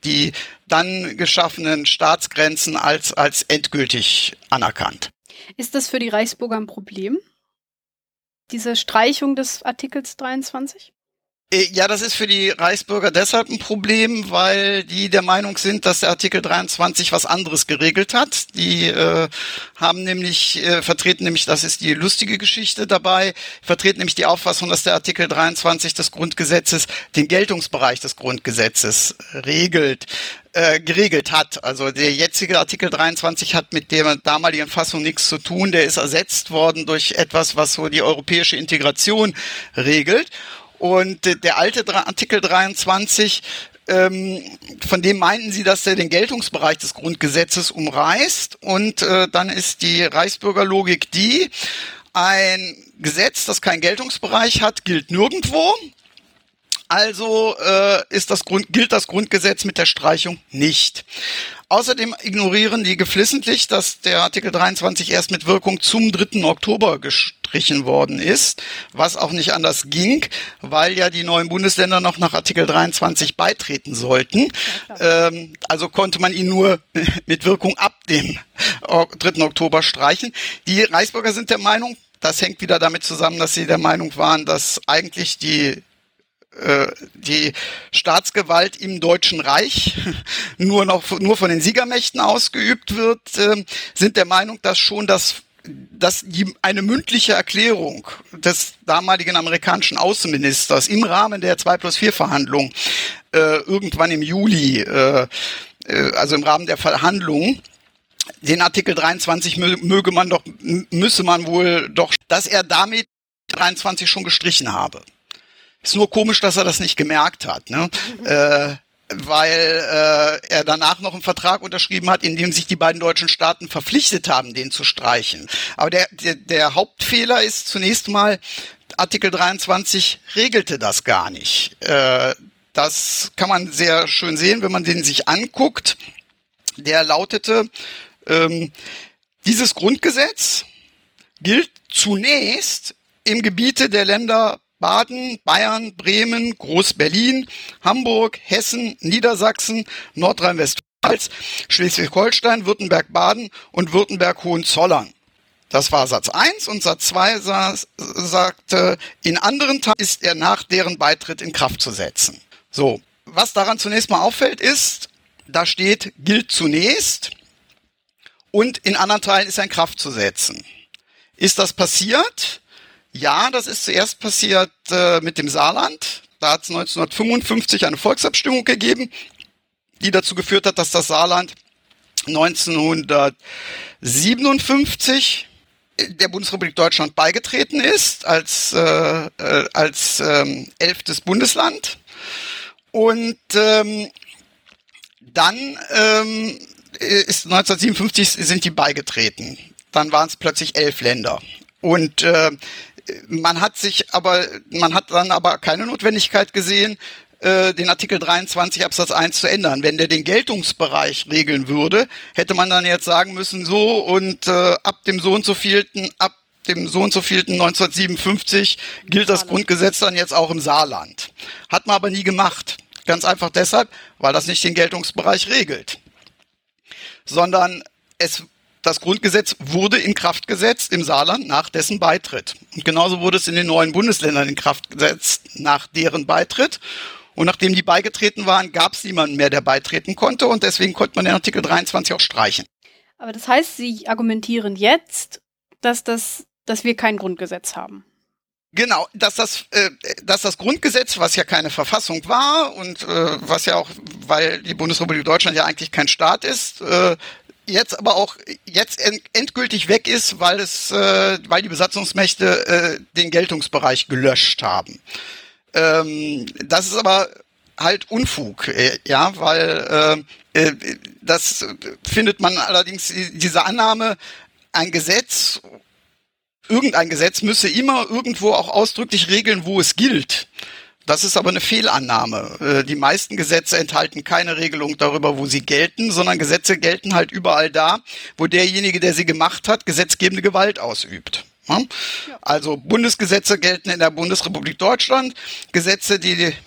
die dann geschaffenen Staatsgrenzen als endgültig anerkannt. Ist das für die Reichsbürger ein Problem? Diese Streichung des Artikels 23? Ja, das ist für die Reichsbürger deshalb ein Problem, weil die der Meinung sind, dass der Artikel 23 was anderes geregelt hat. Die haben nämlich, vertreten nämlich, das ist die lustige Geschichte dabei, vertreten nämlich die Auffassung, dass der Artikel 23 des Grundgesetzes den Geltungsbereich des Grundgesetzes geregelt hat. Also der jetzige Artikel 23 hat mit der damaligen Fassung nichts zu tun. Der ist ersetzt worden durch etwas, was so die europäische Integration regelt. Und der alte Artikel 23, von dem meinten sie, dass er den Geltungsbereich des Grundgesetzes umreißt. Und dann ist die Reichsbürgerlogik die, ein Gesetz, das keinen Geltungsbereich hat, gilt nirgendwo. Also gilt das Grundgesetz mit der Streichung nicht. Außerdem ignorieren die geflissentlich, dass der Artikel 23 erst mit Wirkung zum 3. Oktober gestrichen worden ist, was auch nicht anders ging, weil ja die neuen Bundesländer noch nach Artikel 23 beitreten sollten. Also konnte man ihn nur mit Wirkung ab dem 3. Oktober streichen. Die Reichsbürger sind der Meinung, das hängt wieder damit zusammen, dass sie der Meinung waren, dass eigentlich die Staatsgewalt im Deutschen Reich nur von den Siegermächten ausgeübt wird, sind der Meinung, dass schon eine mündliche Erklärung des damaligen amerikanischen Außenministers im Rahmen der 2+4 Verhandlungen irgendwann im Juli, also im Rahmen der Verhandlungen, den Artikel 23 müsse man wohl doch, dass er damit 23 schon gestrichen habe. Ist nur komisch, dass er das nicht gemerkt hat, ne? Weil er danach noch einen Vertrag unterschrieben hat, in dem sich die beiden deutschen Staaten verpflichtet haben, den zu streichen. Aber der Hauptfehler ist zunächst mal, Artikel 23 regelte das gar nicht. Das kann man sehr schön sehen, wenn man den sich anguckt. Der lautete, dieses Grundgesetz gilt zunächst im Gebiete der Länder Baden, Bayern, Bremen, Groß-Berlin, Hamburg, Hessen, Niedersachsen, Nordrhein-Westfalen, Schleswig-Holstein, Württemberg-Baden und Württemberg-Hohenzollern. Das war Satz 1 und Satz 2 sagte, in anderen Teilen ist er nach deren Beitritt in Kraft zu setzen. So, was daran zunächst mal auffällt ist, da steht, gilt zunächst und in anderen Teilen ist er in Kraft zu setzen. Ist das passiert? Ja, das ist zuerst passiert mit dem Saarland. Da hat es 1955 eine Volksabstimmung gegeben, die dazu geführt hat, dass das Saarland 1957 der Bundesrepublik Deutschland beigetreten ist als 11. Bundesland. Und dann ist 1957 sind die beigetreten. Dann waren es plötzlich 11 Länder. Und man hat dann aber keine Notwendigkeit gesehen, den Artikel 23 Absatz 1 zu ändern. Wenn der den Geltungsbereich regeln würde, hätte man dann jetzt sagen müssen, so und ab dem so und so vielten 1957 gilt das Grundgesetz dann jetzt auch im Saarland. Hat man aber nie gemacht. Ganz einfach deshalb, weil das nicht den Geltungsbereich regelt. Sondern das Grundgesetz wurde in Kraft gesetzt im Saarland nach dessen Beitritt. Und genauso wurde es in den neuen Bundesländern in Kraft gesetzt nach deren Beitritt. Und nachdem die beigetreten waren, gab es niemanden mehr, der beitreten konnte. Und deswegen konnte man den Artikel 23 auch streichen. Aber das heißt, Sie argumentieren jetzt, dass wir kein Grundgesetz haben. Genau, dass das Grundgesetz, was ja keine Verfassung war und was ja auch, weil die Bundesrepublik Deutschland ja eigentlich kein Staat ist, jetzt aber auch endgültig weg ist, weil die Besatzungsmächte den Geltungsbereich gelöscht haben. Das ist aber halt Unfug, ja, weil das findet man allerdings, diese Annahme, irgendein Gesetz müsse immer irgendwo auch ausdrücklich regeln, wo es gilt. Das ist aber eine Fehlannahme. Die meisten Gesetze enthalten keine Regelung darüber, wo sie gelten, sondern Gesetze gelten halt überall da, wo derjenige, der sie gemacht hat, gesetzgebende Gewalt ausübt. Also Bundesgesetze gelten in der Bundesrepublik Deutschland, Gesetze, die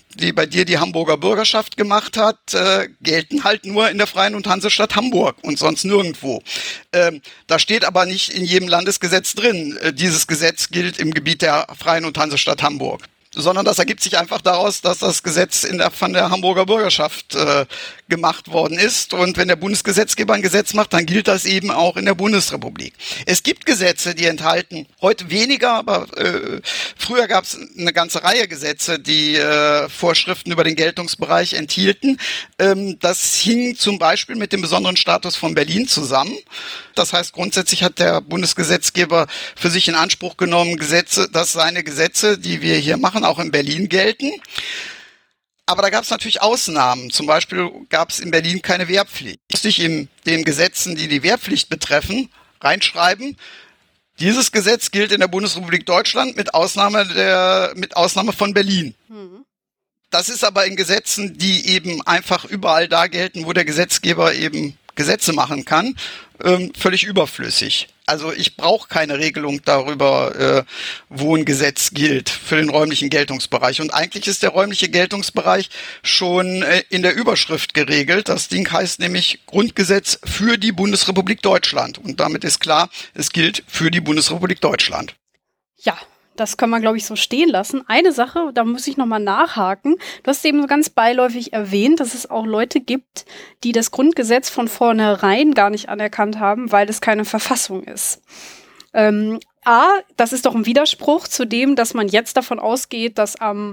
die bei dir die Hamburger Bürgerschaft gemacht hat, gelten halt nur in der Freien und Hansestadt Hamburg und sonst nirgendwo. Da steht aber nicht in jedem Landesgesetz drin, dieses Gesetz gilt im Gebiet der Freien und Hansestadt Hamburg. Sondern das ergibt sich einfach daraus, dass das Gesetz von der Hamburger Bürgerschaft gemacht worden ist. Und wenn der Bundesgesetzgeber ein Gesetz macht, dann gilt das eben auch in der Bundesrepublik. Es gibt Gesetze, die enthalten, heute weniger, aber früher gab es eine ganze Reihe Gesetze, die Vorschriften über den Geltungsbereich enthielten. Das hing zum Beispiel mit dem besonderen Status von Berlin zusammen. Das heißt, grundsätzlich hat der Bundesgesetzgeber für sich in Anspruch genommen, dass seine Gesetze, die wir hier machen, auch in Berlin gelten. Aber da gab es natürlich Ausnahmen. Zum Beispiel gab es in Berlin keine Wehrpflicht. Musste ich in den Gesetzen, die die Wehrpflicht betreffen, reinschreiben, dieses Gesetz gilt in der Bundesrepublik Deutschland mit Ausnahme von Berlin. Das ist aber in Gesetzen, die eben einfach überall da gelten, wo der Gesetzgeber eben Gesetze machen kann, völlig überflüssig. Also ich brauche keine Regelung darüber, wo ein Gesetz gilt für den räumlichen Geltungsbereich. Und eigentlich ist der räumliche Geltungsbereich schon in der Überschrift geregelt. Das Ding heißt nämlich Grundgesetz für die Bundesrepublik Deutschland. Und damit ist klar, es gilt für die Bundesrepublik Deutschland. Ja, das kann man, glaube ich, so stehen lassen. Eine Sache, da muss ich nochmal nachhaken. Du hast eben so ganz beiläufig erwähnt, dass es auch Leute gibt, die das Grundgesetz von vornherein gar nicht anerkannt haben, weil es keine Verfassung ist. Das ist doch ein Widerspruch zu dem, dass man jetzt davon ausgeht, dass am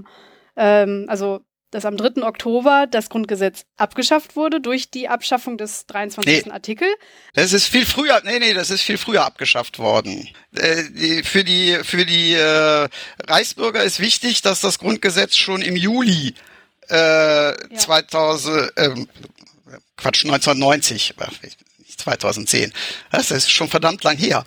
3. Oktober das Grundgesetz abgeschafft wurde durch die Abschaffung des 23. Artikel. Das ist viel früher abgeschafft worden. Für die Reichsbürger ist wichtig, dass das Grundgesetz schon im Juli 1990, 2010. Das ist schon verdammt lang her.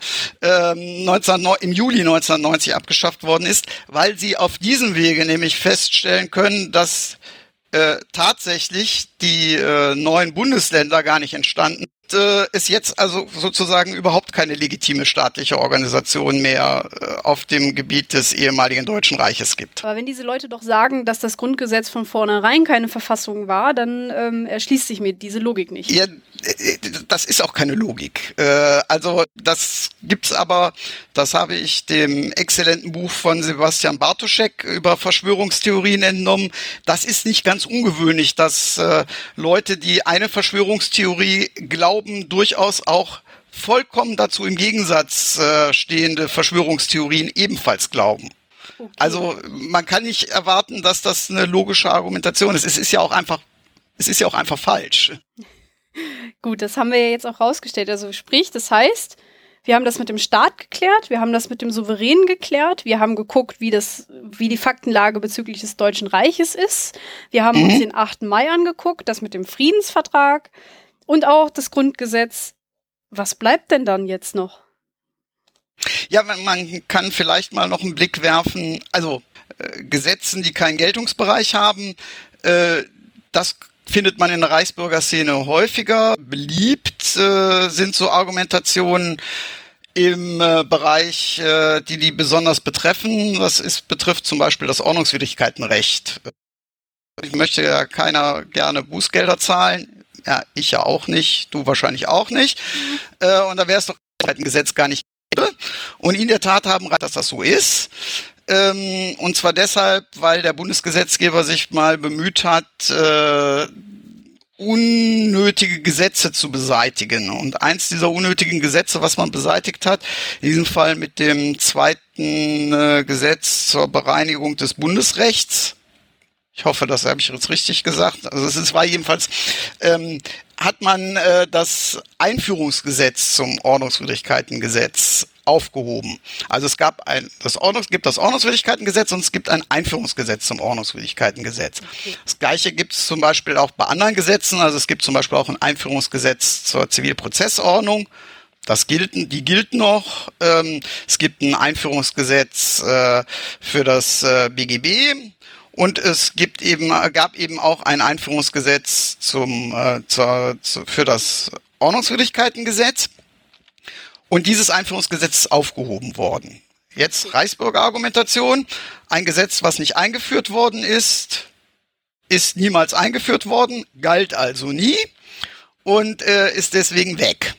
Im Juli 1990 abgeschafft worden ist, weil sie auf diesem Wege nämlich feststellen können, dass tatsächlich die neuen Bundesländer gar nicht entstanden es jetzt also sozusagen überhaupt keine legitime staatliche Organisation mehr auf dem Gebiet des ehemaligen Deutschen Reiches gibt. Aber wenn diese Leute doch sagen, dass das Grundgesetz von vornherein keine Verfassung war, dann erschließt sich mir diese Logik nicht. Ja, das ist auch keine Logik. Also das gibt's aber, das habe ich dem exzellenten Buch von Sebastian Bartoschek über Verschwörungstheorien entnommen. Das ist nicht ganz ungewöhnlich, dass Leute, die eine Verschwörungstheorie glauben, durchaus auch vollkommen dazu im Gegensatz stehende Verschwörungstheorien ebenfalls glauben. Okay. Also man kann nicht erwarten, dass das eine logische Argumentation ist. Es ist ja auch einfach falsch. Gut, das haben wir ja jetzt auch rausgestellt. Also sprich, das heißt, wir haben das mit dem Staat geklärt, wir haben das mit dem Souverän geklärt, wir haben geguckt, wie die Faktenlage bezüglich des Deutschen Reiches ist. Wir haben uns den 8. Mai angeguckt, das mit dem Friedensvertrag und auch das Grundgesetz. Was bleibt denn dann jetzt noch? Ja, man kann vielleicht mal noch einen Blick werfen, also Gesetzen, die keinen Geltungsbereich haben, das findet man in der Reichsbürgerszene häufiger. Beliebt sind so Argumentationen im Bereich, die besonders betreffen. Betrifft zum Beispiel das Ordnungswidrigkeitenrecht. Ich möchte ja keiner gerne Bußgelder zahlen. Ja, ich ja auch nicht, du wahrscheinlich auch nicht. Und da wäre es doch ein Gesetz gar nicht. Und in der Tat haben dass das so ist. Und zwar deshalb, weil der Bundesgesetzgeber sich mal bemüht hat, unnötige Gesetze zu beseitigen. Und eins dieser unnötigen Gesetze, was man beseitigt hat, in diesem Fall mit dem 2. Gesetz zur Bereinigung des Bundesrechts, ich hoffe, das habe ich jetzt richtig gesagt, also es war jedenfalls, hat man das Einführungsgesetz zum Ordnungswidrigkeitengesetz aufgehoben. Also es gibt das Ordnungswidrigkeitengesetz und es gibt ein Einführungsgesetz zum Ordnungswidrigkeitengesetz. Okay. Das Gleiche gibt es zum Beispiel auch bei anderen Gesetzen. Also es gibt zum Beispiel auch ein Einführungsgesetz zur Zivilprozessordnung. Die gilt noch. Es gibt ein Einführungsgesetz für das BGB. Und es gab eben auch ein Einführungsgesetz für das Ordnungswidrigkeitengesetz. Und dieses Einführungsgesetz ist aufgehoben worden. Jetzt Reichsbürgerargumentation. Ein Gesetz, was nicht eingeführt worden ist, ist niemals eingeführt worden, galt also nie und ist deswegen weg.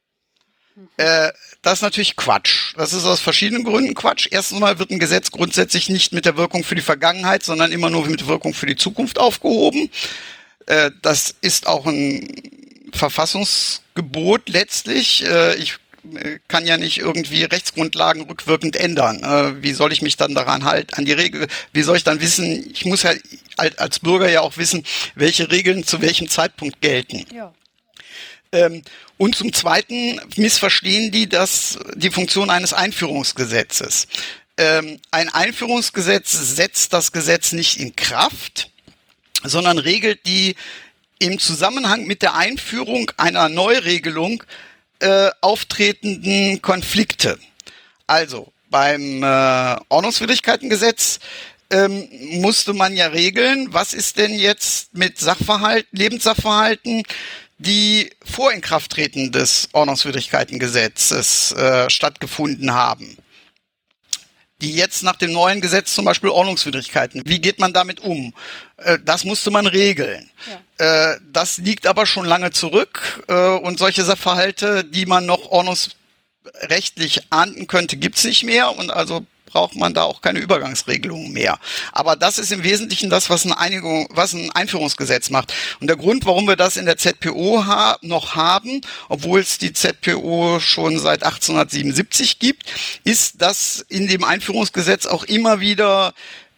Das ist natürlich Quatsch. Das ist aus verschiedenen Gründen Quatsch. Erstens mal wird ein Gesetz grundsätzlich nicht mit der Wirkung für die Vergangenheit, sondern immer nur mit der Wirkung für die Zukunft aufgehoben. Das ist auch ein Verfassungsgebot letztlich. Ich kann ja nicht irgendwie Rechtsgrundlagen rückwirkend ändern. Wie soll ich mich dann daran halten, an die Regel? Wie soll ich dann wissen? Ich muss ja als Bürger ja auch wissen, welche Regeln zu welchem Zeitpunkt gelten. Ja. Und zum Zweiten missverstehen die die Funktion eines Einführungsgesetzes. Ein Einführungsgesetz setzt das Gesetz nicht in Kraft, sondern regelt die im Zusammenhang mit der Einführung einer Neuregelung auftretenden Konflikte. Also beim Ordnungswidrigkeitengesetz musste man ja regeln, was ist denn jetzt mit Lebenssachverhalten, die vor Inkrafttreten des Ordnungswidrigkeitengesetzes stattgefunden haben. Die jetzt nach dem neuen Gesetz zum Beispiel Ordnungswidrigkeiten. Wie geht man damit um? Das musste man regeln. Ja. Das liegt aber schon lange zurück und solche Sachverhalte, die man noch ordnungsrechtlich ahnden könnte, gibt's nicht mehr und also braucht man da auch keine Übergangsregelungen mehr. Aber das ist im Wesentlichen das, was ein Einführungsgesetz macht. Und der Grund, warum wir das in der ZPO noch haben, obwohl es die ZPO schon seit 1877 gibt, ist, dass in dem Einführungsgesetz auch immer wieder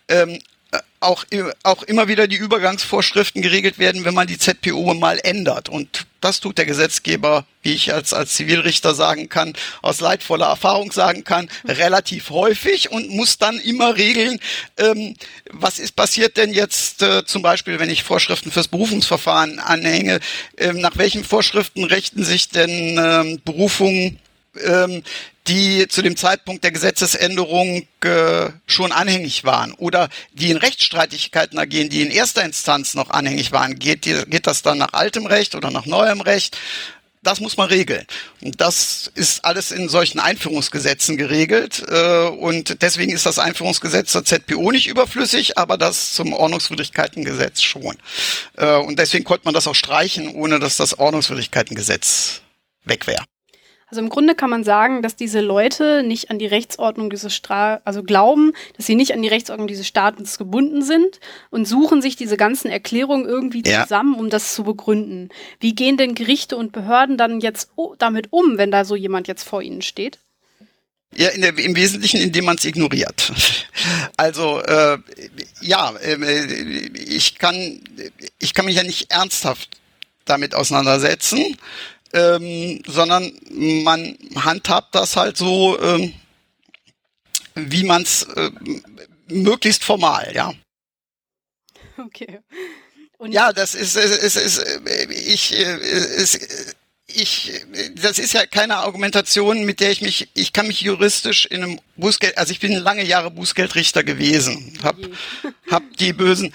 die Übergangsvorschriften geregelt werden, wenn man die ZPO mal ändert. Und das tut der Gesetzgeber, wie ich als Zivilrichter sagen kann, aus leidvoller Erfahrung sagen kann, relativ häufig und muss dann immer regeln, was passiert denn jetzt zum Beispiel, wenn ich Vorschriften fürs Berufungsverfahren anhänge, nach welchen Vorschriften richten sich denn Berufungen, die zu dem Zeitpunkt der Gesetzesänderung schon anhängig waren oder die in Rechtsstreitigkeiten ergehen, die in erster Instanz noch anhängig waren. Geht das dann nach altem Recht oder nach neuem Recht? Das muss man regeln. Und das ist alles in solchen Einführungsgesetzen geregelt. Und deswegen ist das Einführungsgesetz zur ZPO nicht überflüssig, aber das zum Ordnungswidrigkeitengesetz schon. Und deswegen konnte man das auch streichen, ohne dass das Ordnungswidrigkeitengesetz weg wäre. Also im Grunde kann man sagen, dass diese Leute nicht an die Rechtsordnung glauben, dass sie nicht an die Rechtsordnung dieses Staates gebunden sind und suchen sich diese ganzen Erklärungen irgendwie zusammen, um das zu begründen. Wie gehen denn Gerichte und Behörden dann jetzt damit um, wenn da so jemand jetzt vor ihnen steht? Ja, im Wesentlichen, indem man es ignoriert. Also ich kann mich ja nicht ernsthaft damit auseinandersetzen. Sondern man handhabt das halt so, wie man es möglichst formal, ja. Okay. Und ja, das ist das ist ja keine Argumentation, mit der ich kann mich juristisch in einem also ich bin lange Jahre Bußgeldrichter gewesen, hab die bösen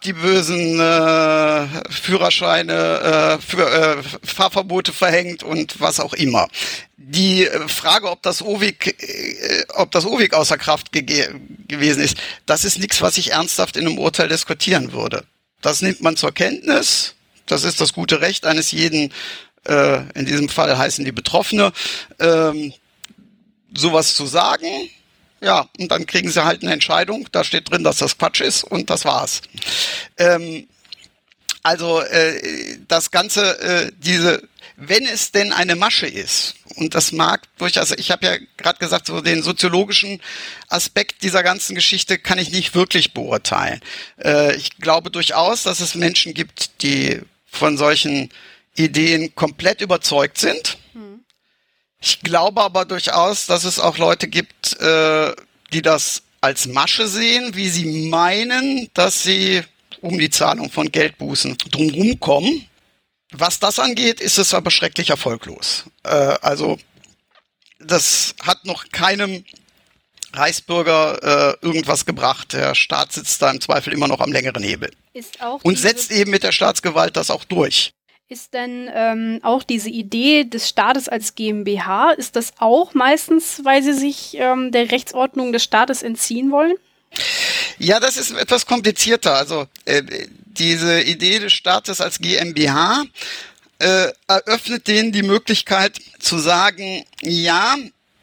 Führerscheine, Fahrverbote verhängt und was auch immer. Die Frage, ob das OWIG außer Kraft gewesen ist, das ist nichts, was ich ernsthaft in einem Urteil diskutieren würde. Das nimmt man zur Kenntnis. Das ist das gute Recht eines jeden, in diesem Fall heißen die Betroffene, sowas zu sagen. Ja, und dann kriegen sie halt eine Entscheidung. Da steht drin, dass das Quatsch ist und das war's. Das Ganze, wenn es denn eine Masche ist, und das mag durchaus, ich habe ja gerade gesagt, so den soziologischen Aspekt dieser ganzen Geschichte kann ich nicht wirklich beurteilen. Ich glaube durchaus, dass es Menschen gibt, die von solchen Ideen komplett überzeugt sind. Ich glaube aber durchaus, dass es auch Leute gibt, die das als Masche sehen, wie sie meinen, dass sie um die Zahlung von Geldbußen drumherum kommen. Was das angeht, ist es aber schrecklich erfolglos. Also das hat noch keinem Reichsbürger irgendwas gebracht. Der Staat sitzt da im Zweifel immer noch am längeren Hebel. Und setzt eben mit der Staatsgewalt das auch durch. Ist denn auch diese Idee des Staates als GmbH, ist das auch meistens, weil sie sich der Rechtsordnung des Staates entziehen wollen? Ja, das ist etwas komplizierter. Also diese Idee des Staates als GmbH eröffnet denen die Möglichkeit zu sagen, ja,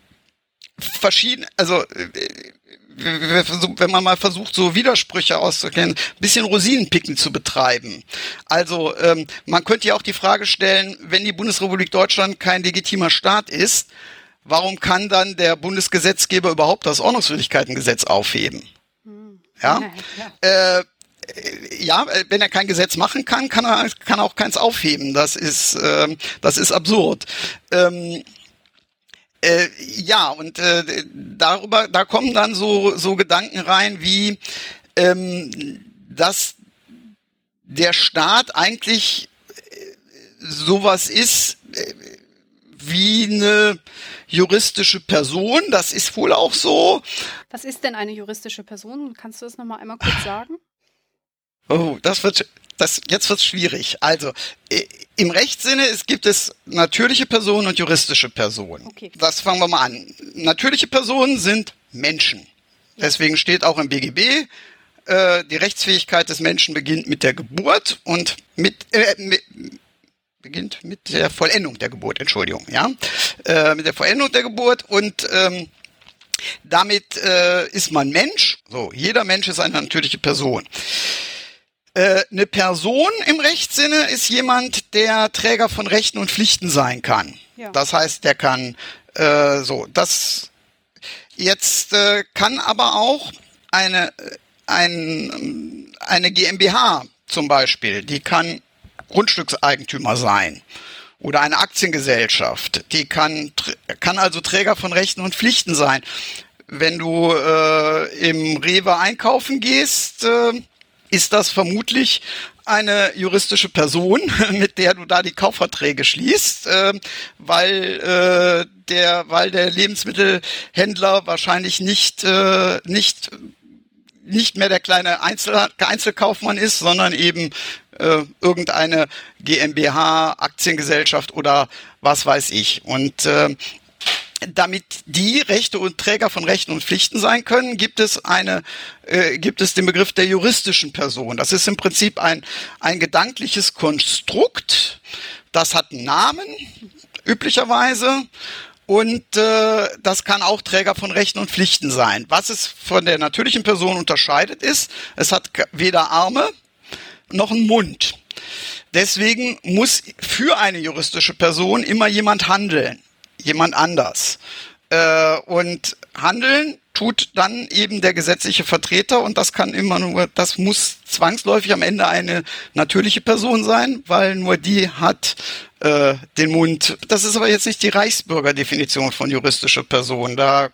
wenn man mal versucht, so Widersprüche auszukennen, ein bisschen Rosinenpicken zu betreiben. Also man könnte ja auch die Frage stellen, wenn die Bundesrepublik Deutschland kein legitimer Staat ist, warum kann dann der Bundesgesetzgeber überhaupt das Ordnungswidrigkeitengesetz aufheben? Ja, ja, wenn er kein Gesetz machen kann, kann er auch keins aufheben. Das ist absurd. Ja, und da kommen dann so Gedanken rein, wie dass der Staat eigentlich sowas ist wie eine juristische Person. Das ist wohl auch so. Was ist denn eine juristische Person? Kannst du das nochmal einmal kurz sagen? Oh, jetzt wird's schwierig. Also, im Rechtssinne gibt es natürliche Personen und juristische Personen. Okay. Das fangen wir mal an. Natürliche Personen sind Menschen. Ja. Deswegen steht auch im BGB, die Rechtsfähigkeit des Menschen beginnt mit der Geburt und beginnt mit der Vollendung der Geburt, Entschuldigung, ja. Mit der Vollendung der Geburt und damit ist man Mensch. So, jeder Mensch ist eine natürliche Person. Eine Person im Rechtssinne ist jemand, der Träger von Rechten und Pflichten sein kann. Ja. Das heißt, der kann kann aber auch eine GmbH zum Beispiel, die kann Grundstückseigentümer sein oder eine Aktiengesellschaft, die kann also Träger von Rechten und Pflichten sein. Wenn du im Rewe einkaufen gehst, ist das vermutlich eine juristische Person, mit der du da die Kaufverträge schließt, weil der Lebensmittelhändler wahrscheinlich nicht mehr der kleine Einzelkaufmann ist, sondern eben irgendeine GmbH, Aktiengesellschaft oder was weiß ich. Und damit die Rechte und Träger von Rechten und Pflichten sein können, gibt es den Begriff der juristischen Person. Das ist im Prinzip ein gedankliches Konstrukt. Das hat einen Namen, üblicherweise. Und das kann auch Träger von Rechten und Pflichten sein. Was es von der natürlichen Person unterscheidet, ist, es hat weder Arme noch einen Mund. Deswegen muss für eine juristische Person immer jemand handeln. Jemand anders. Und handeln tut dann eben der gesetzliche Vertreter und das muss zwangsläufig am Ende eine natürliche Person sein, weil nur die hat den Mund. Das ist aber jetzt nicht die Reichsbürgerdefinition von juristischer Person.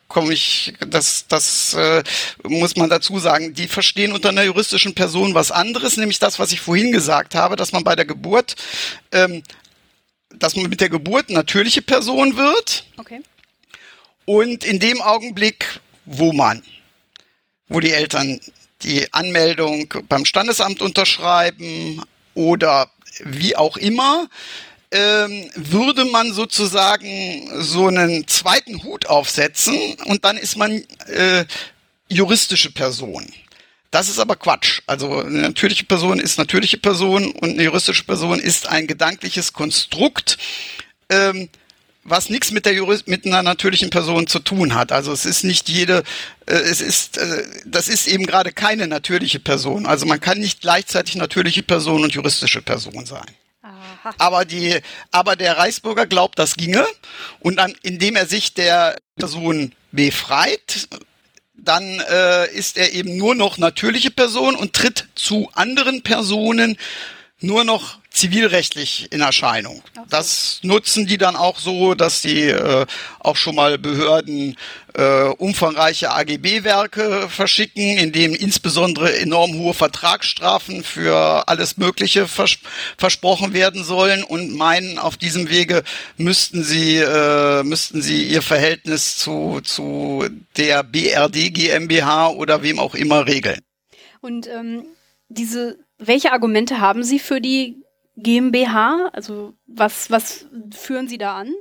Das muss man dazu sagen. Die verstehen unter einer juristischen Person was anderes, nämlich das, was ich vorhin gesagt habe, dass man bei der Geburt dass man mit der Geburt natürliche Person wird. Okay. Und in dem Augenblick, wo die Eltern die Anmeldung beim Standesamt unterschreiben oder wie auch immer, würde man sozusagen so einen zweiten Hut aufsetzen und dann ist man juristische Person. Das ist aber Quatsch. Also eine natürliche Person ist natürliche Person und eine juristische Person ist ein gedankliches Konstrukt, was nichts mit einer natürlichen Person zu tun hat. Also es ist nicht das ist eben gerade keine natürliche Person. Also man kann nicht gleichzeitig natürliche Person und juristische Person sein. Aha. Aber der Reichsbürger glaubt, das ginge und dann, indem er sich der Person befreit, dann ist er eben nur noch natürliche Person und tritt zu anderen Personen nur noch zivilrechtlich in Erscheinung. Okay. Das nutzen die dann auch so, dass die auch schon mal Behörden umfangreiche AGB-Werke verschicken, in denen insbesondere enorm hohe Vertragsstrafen für alles Mögliche versprochen werden sollen und meinen, auf diesem Wege müssten sie ihr Verhältnis zu der BRD GmbH oder wem auch immer regeln. Und welche Argumente haben Sie für die GmbH? Also was führen Sie da an?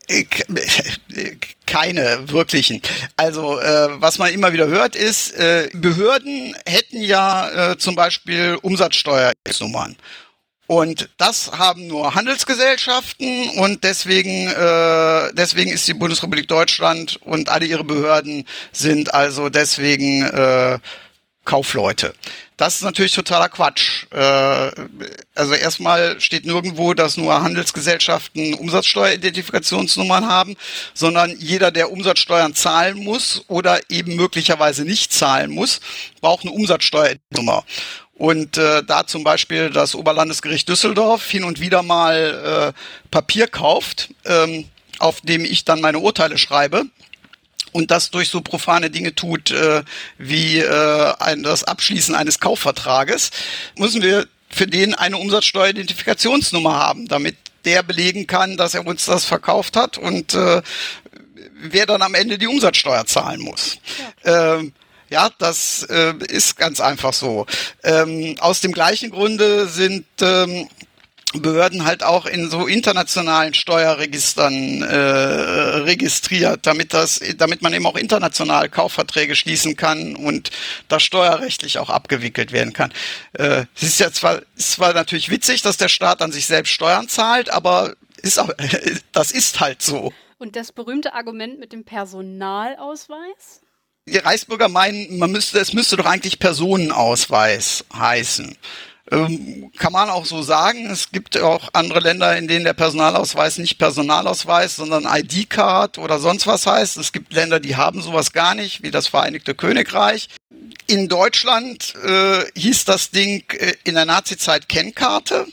Keine wirklichen. Also was man immer wieder hört ist, Behörden hätten ja zum Beispiel Umsatzsteuernummern. Und das haben nur Handelsgesellschaften und deswegen ist die Bundesrepublik Deutschland und alle ihre Behörden sind also deswegen Kaufleute. Das ist natürlich totaler Quatsch. Also erstmal steht nirgendwo, dass nur Handelsgesellschaften Umsatzsteueridentifikationsnummern haben, sondern jeder, der Umsatzsteuern zahlen muss oder eben möglicherweise nicht zahlen muss, braucht eine Umsatzsteuernummer. Und da zum Beispiel das Oberlandesgericht Düsseldorf hin und wieder mal Papier kauft, auf dem ich dann meine Urteile schreibe, und das durch so profane Dinge tut wie das Abschließen eines Kaufvertrages, müssen wir für den eine Umsatzsteueridentifikationsnummer haben, damit der belegen kann, dass er uns das verkauft hat und wer dann am Ende die Umsatzsteuer zahlen muss. Ja. Das ist ganz einfach so. Aus dem gleichen Grunde sind Behörden halt auch in so internationalen Steuerregistern registriert, damit man eben auch international Kaufverträge schließen kann und das steuerrechtlich auch abgewickelt werden kann. Es ist ja zwar natürlich witzig, dass der Staat an sich selbst Steuern zahlt, aber das ist halt so. Und das berühmte Argument mit dem Personalausweis? Die Reichsbürger meinen, es müsste doch eigentlich Personenausweis heißen. Kann man auch so sagen. Es gibt auch andere Länder, in denen der Personalausweis nicht Personalausweis, sondern ID-Card oder sonst was heißt. Es gibt Länder, die haben sowas gar nicht, wie das Vereinigte Königreich. In Deutschland hieß das Ding in der Nazizeit Kennkarte.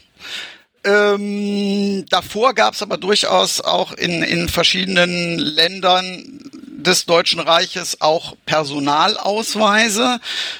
Davor gab es aber durchaus auch in verschiedenen Ländern des Deutschen Reiches auch Personalausweise.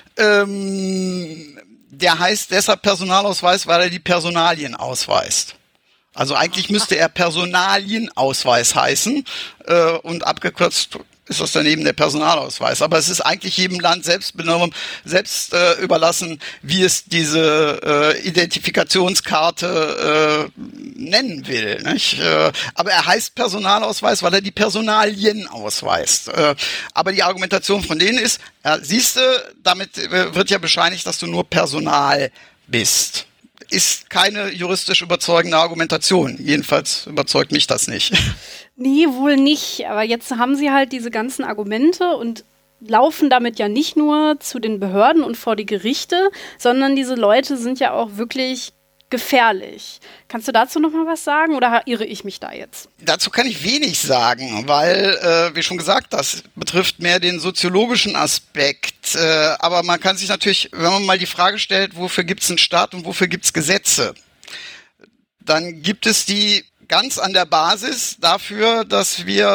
Der heißt deshalb Personalausweis, weil er die Personalien ausweist. Also eigentlich müsste er Personalienausweis heißen und abgekürzt ist das daneben der Personalausweis. Aber es ist eigentlich jedem Land selbst überlassen, wie es diese Identifikationskarte nennen will. Nicht? Aber er heißt Personalausweis, weil er die Personalien ausweist. Aber die Argumentation von denen ist, ja, siehste, damit wird ja bescheinigt, dass du nur Personal bist. Ist keine juristisch überzeugende Argumentation. Jedenfalls überzeugt mich das nicht. Nee, wohl nicht. Aber jetzt haben sie halt diese ganzen Argumente und laufen damit ja nicht nur zu den Behörden und vor die Gerichte, sondern diese Leute sind ja auch wirklich gefährlich. Kannst du dazu noch mal was sagen oder irre ich mich da jetzt? Dazu kann ich wenig sagen, weil, wie schon gesagt, das betrifft mehr den soziologischen Aspekt. Aber man kann sich natürlich, wenn man mal die Frage stellt, wofür gibt es einen Staat und wofür gibt es Gesetze, dann gibt es die ganz an der Basis dafür, dass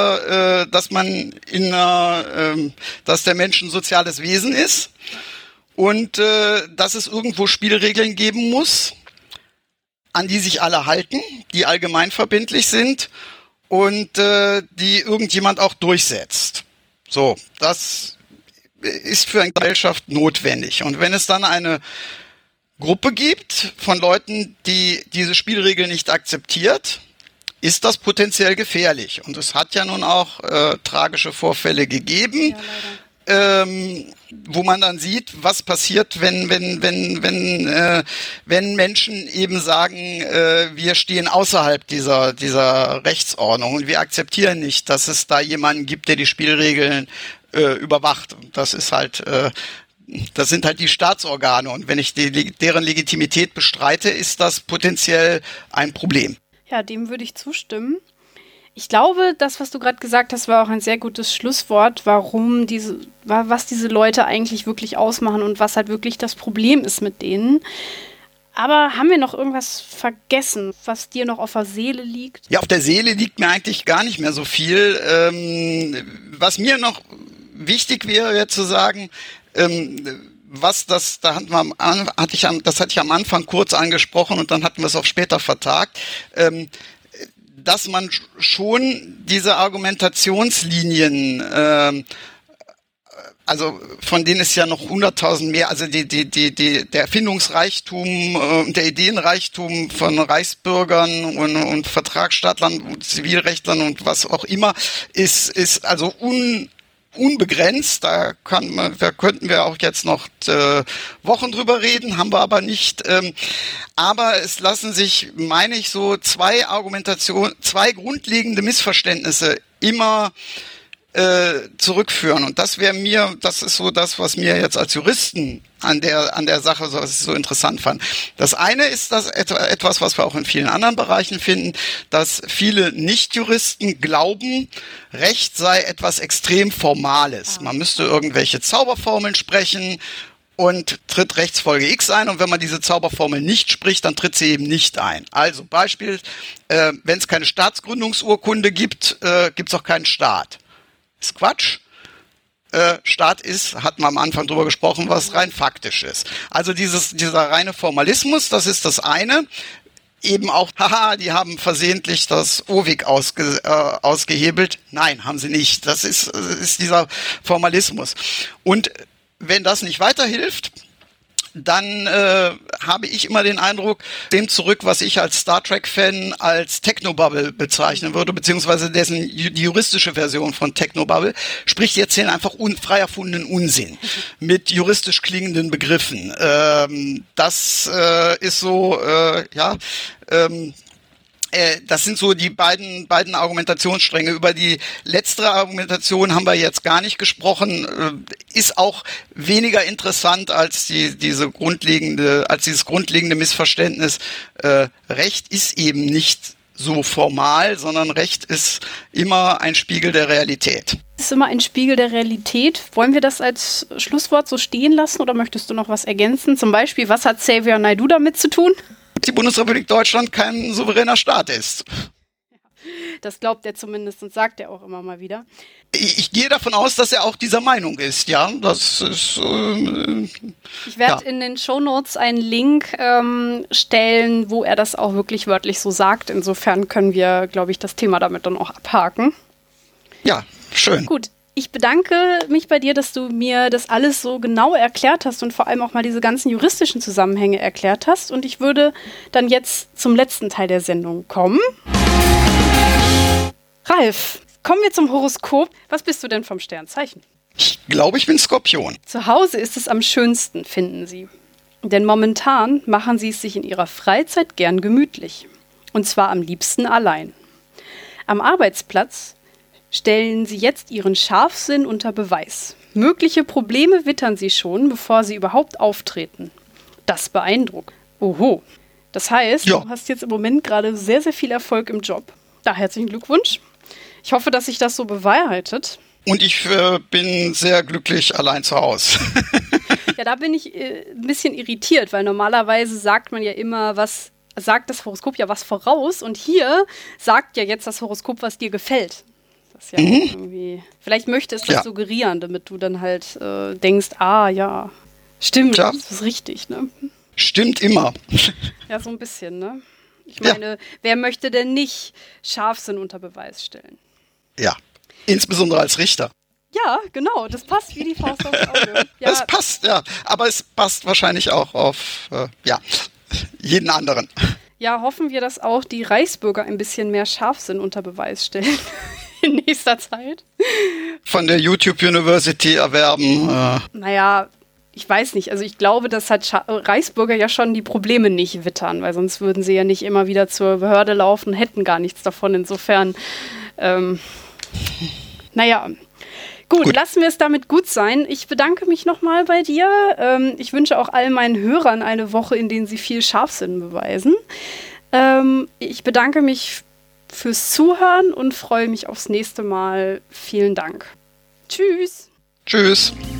dass der Mensch ein soziales Wesen ist und dass es irgendwo Spielregeln geben muss, an die sich alle halten, die allgemeinverbindlich sind und die irgendjemand auch durchsetzt. So, das ist für eine Gesellschaft notwendig. Und wenn es dann eine Gruppe gibt von Leuten, die diese Spielregeln nicht akzeptiert, ist das potenziell gefährlich. Und es hat ja nun auch tragische Vorfälle gegeben. Ja, wo man dann sieht, was passiert, wenn Menschen eben sagen, wir stehen außerhalb dieser Rechtsordnung und wir akzeptieren nicht, dass es da jemanden gibt, der die Spielregeln überwacht. Und das sind halt die Staatsorgane. Und wenn ich deren Legitimität bestreite, ist das potenziell ein Problem. Ja, dem würde ich zustimmen. Ich glaube, das, was du gerade gesagt hast, war auch ein sehr gutes Schlusswort, was diese Leute eigentlich wirklich ausmachen und was halt wirklich das Problem ist mit denen. Aber haben wir noch irgendwas vergessen, was dir noch auf der Seele liegt? Ja, auf der Seele liegt mir eigentlich gar nicht mehr so viel. Was mir noch wichtig wäre zu sagen, das hatte ich am Anfang kurz angesprochen und dann hatten wir es auch später vertagt, dass man schon diese Argumentationslinien also von denen ist ja noch 100.000 mehr, also der Erfindungsreichtum, der Ideenreichtum von Reichsbürgern und Vertragsstaatlern und Zivilrechtlern und was auch immer ist also unbegrenzt. Da könnten wir auch jetzt noch Wochen drüber reden, haben wir aber nicht. Aber es lassen sich, meine ich, so zwei grundlegende Missverständnisse immer zurückführen. Und das ist so das, was mir jetzt als Juristen an der Sache so interessant fand. Das eine ist das etwas, was wir auch in vielen anderen Bereichen finden, dass viele Nicht-Juristen glauben, Recht sei etwas extrem Formales. Man müsste irgendwelche Zauberformeln sprechen und tritt Rechtsfolge X ein, und wenn man diese Zauberformel nicht spricht, dann tritt sie eben nicht ein. Also Beispiel, wenn es keine Staatsgründungsurkunde gibt, gibt es auch keinen Staat. Ist Quatsch. Staat hat man am Anfang drüber gesprochen, was rein faktisch ist. Also dieser reine Formalismus, das ist das eine. Eben auch, die haben versehentlich das OWIG ausgehebelt. Nein, haben sie nicht. Das ist dieser Formalismus. Und wenn das nicht weiterhilft, dann habe ich immer den Eindruck, dem zurück, was ich als Star Trek-Fan als Technobubble bezeichnen würde, beziehungsweise die juristische Version von Technobubble, sprich, die erzählen einfach frei erfundenen Unsinn mit juristisch klingenden Begriffen. Das ist so, das sind so die beiden Argumentationsstränge. Über die letztere Argumentation haben wir jetzt gar nicht gesprochen. Ist auch weniger interessant als dieses grundlegende Missverständnis. Recht ist eben nicht so formal, sondern Recht ist immer ein Spiegel der Realität. Ist immer ein Spiegel der Realität. Wollen wir das als Schlusswort so stehen lassen oder möchtest du noch was ergänzen? Zum Beispiel, was hat Xavier Naidoo damit zu tun? Die Bundesrepublik Deutschland kein souveräner Staat ist. Das glaubt er zumindest und sagt er auch immer mal wieder. Ich gehe davon aus, dass er auch dieser Meinung ist, ja. Das ist. Ich werde in den Shownotes einen Link stellen, wo er das auch wirklich wörtlich so sagt. Insofern können wir, glaube ich, das Thema damit dann auch abhaken. Ja, schön. Gut. Ich bedanke mich bei dir, dass du mir das alles so genau erklärt hast und vor allem auch mal diese ganzen juristischen Zusammenhänge erklärt hast. Und ich würde dann jetzt zum letzten Teil der Sendung kommen. Ralf, kommen wir zum Horoskop. Was bist du denn vom Sternzeichen? Ich glaube, ich bin Skorpion. Zu Hause ist es am schönsten, finden sie. Denn momentan machen sie es sich in ihrer Freizeit gern gemütlich. Und zwar am liebsten allein. Am Arbeitsplatz stellen sie jetzt ihren Scharfsinn unter Beweis. Mögliche Probleme wittern sie schon, bevor sie überhaupt auftreten. Das beeindruckt. Oho. Das heißt, Du hast jetzt im Moment gerade sehr, sehr viel Erfolg im Job. Da herzlichen Glückwunsch. Ich hoffe, dass sich das so bewahrheitet. Und ich bin sehr glücklich allein zu Hause. Ja, da bin ich ein bisschen irritiert, weil normalerweise sagt man ja immer, sagt das Horoskop ja was voraus. Und hier sagt ja jetzt das Horoskop, was dir gefällt. Das ist ja irgendwie. Vielleicht möchte es das suggerieren, damit du dann halt denkst, ja, stimmt, das ist richtig, ne? Stimmt immer. Ja, so ein bisschen, ne? Ich meine, wer möchte denn nicht Scharfsinn unter Beweis stellen? Ja, insbesondere als Richter. Ja, genau, das passt wie die Faust aufs Auge. Ja. Das passt, ja, aber es passt wahrscheinlich auch auf, jeden anderen. Ja, hoffen wir, dass auch die Reichsbürger ein bisschen mehr Scharfsinn unter Beweis stellen. In nächster Zeit. Von der YouTube University erwerben. Naja, ich weiß nicht. Also ich glaube, dass halt Reichsbürger ja schon die Probleme nicht wittern, weil sonst würden sie ja nicht immer wieder zur Behörde laufen und hätten gar nichts davon. Insofern, Gut, lassen wir es damit gut sein. Ich bedanke mich nochmal bei dir. Ich wünsche auch all meinen Hörern eine Woche, in der sie viel Scharfsinn beweisen. Ich bedanke mich fürs Zuhören und freue mich aufs nächste Mal. Vielen Dank. Tschüss. Tschüss.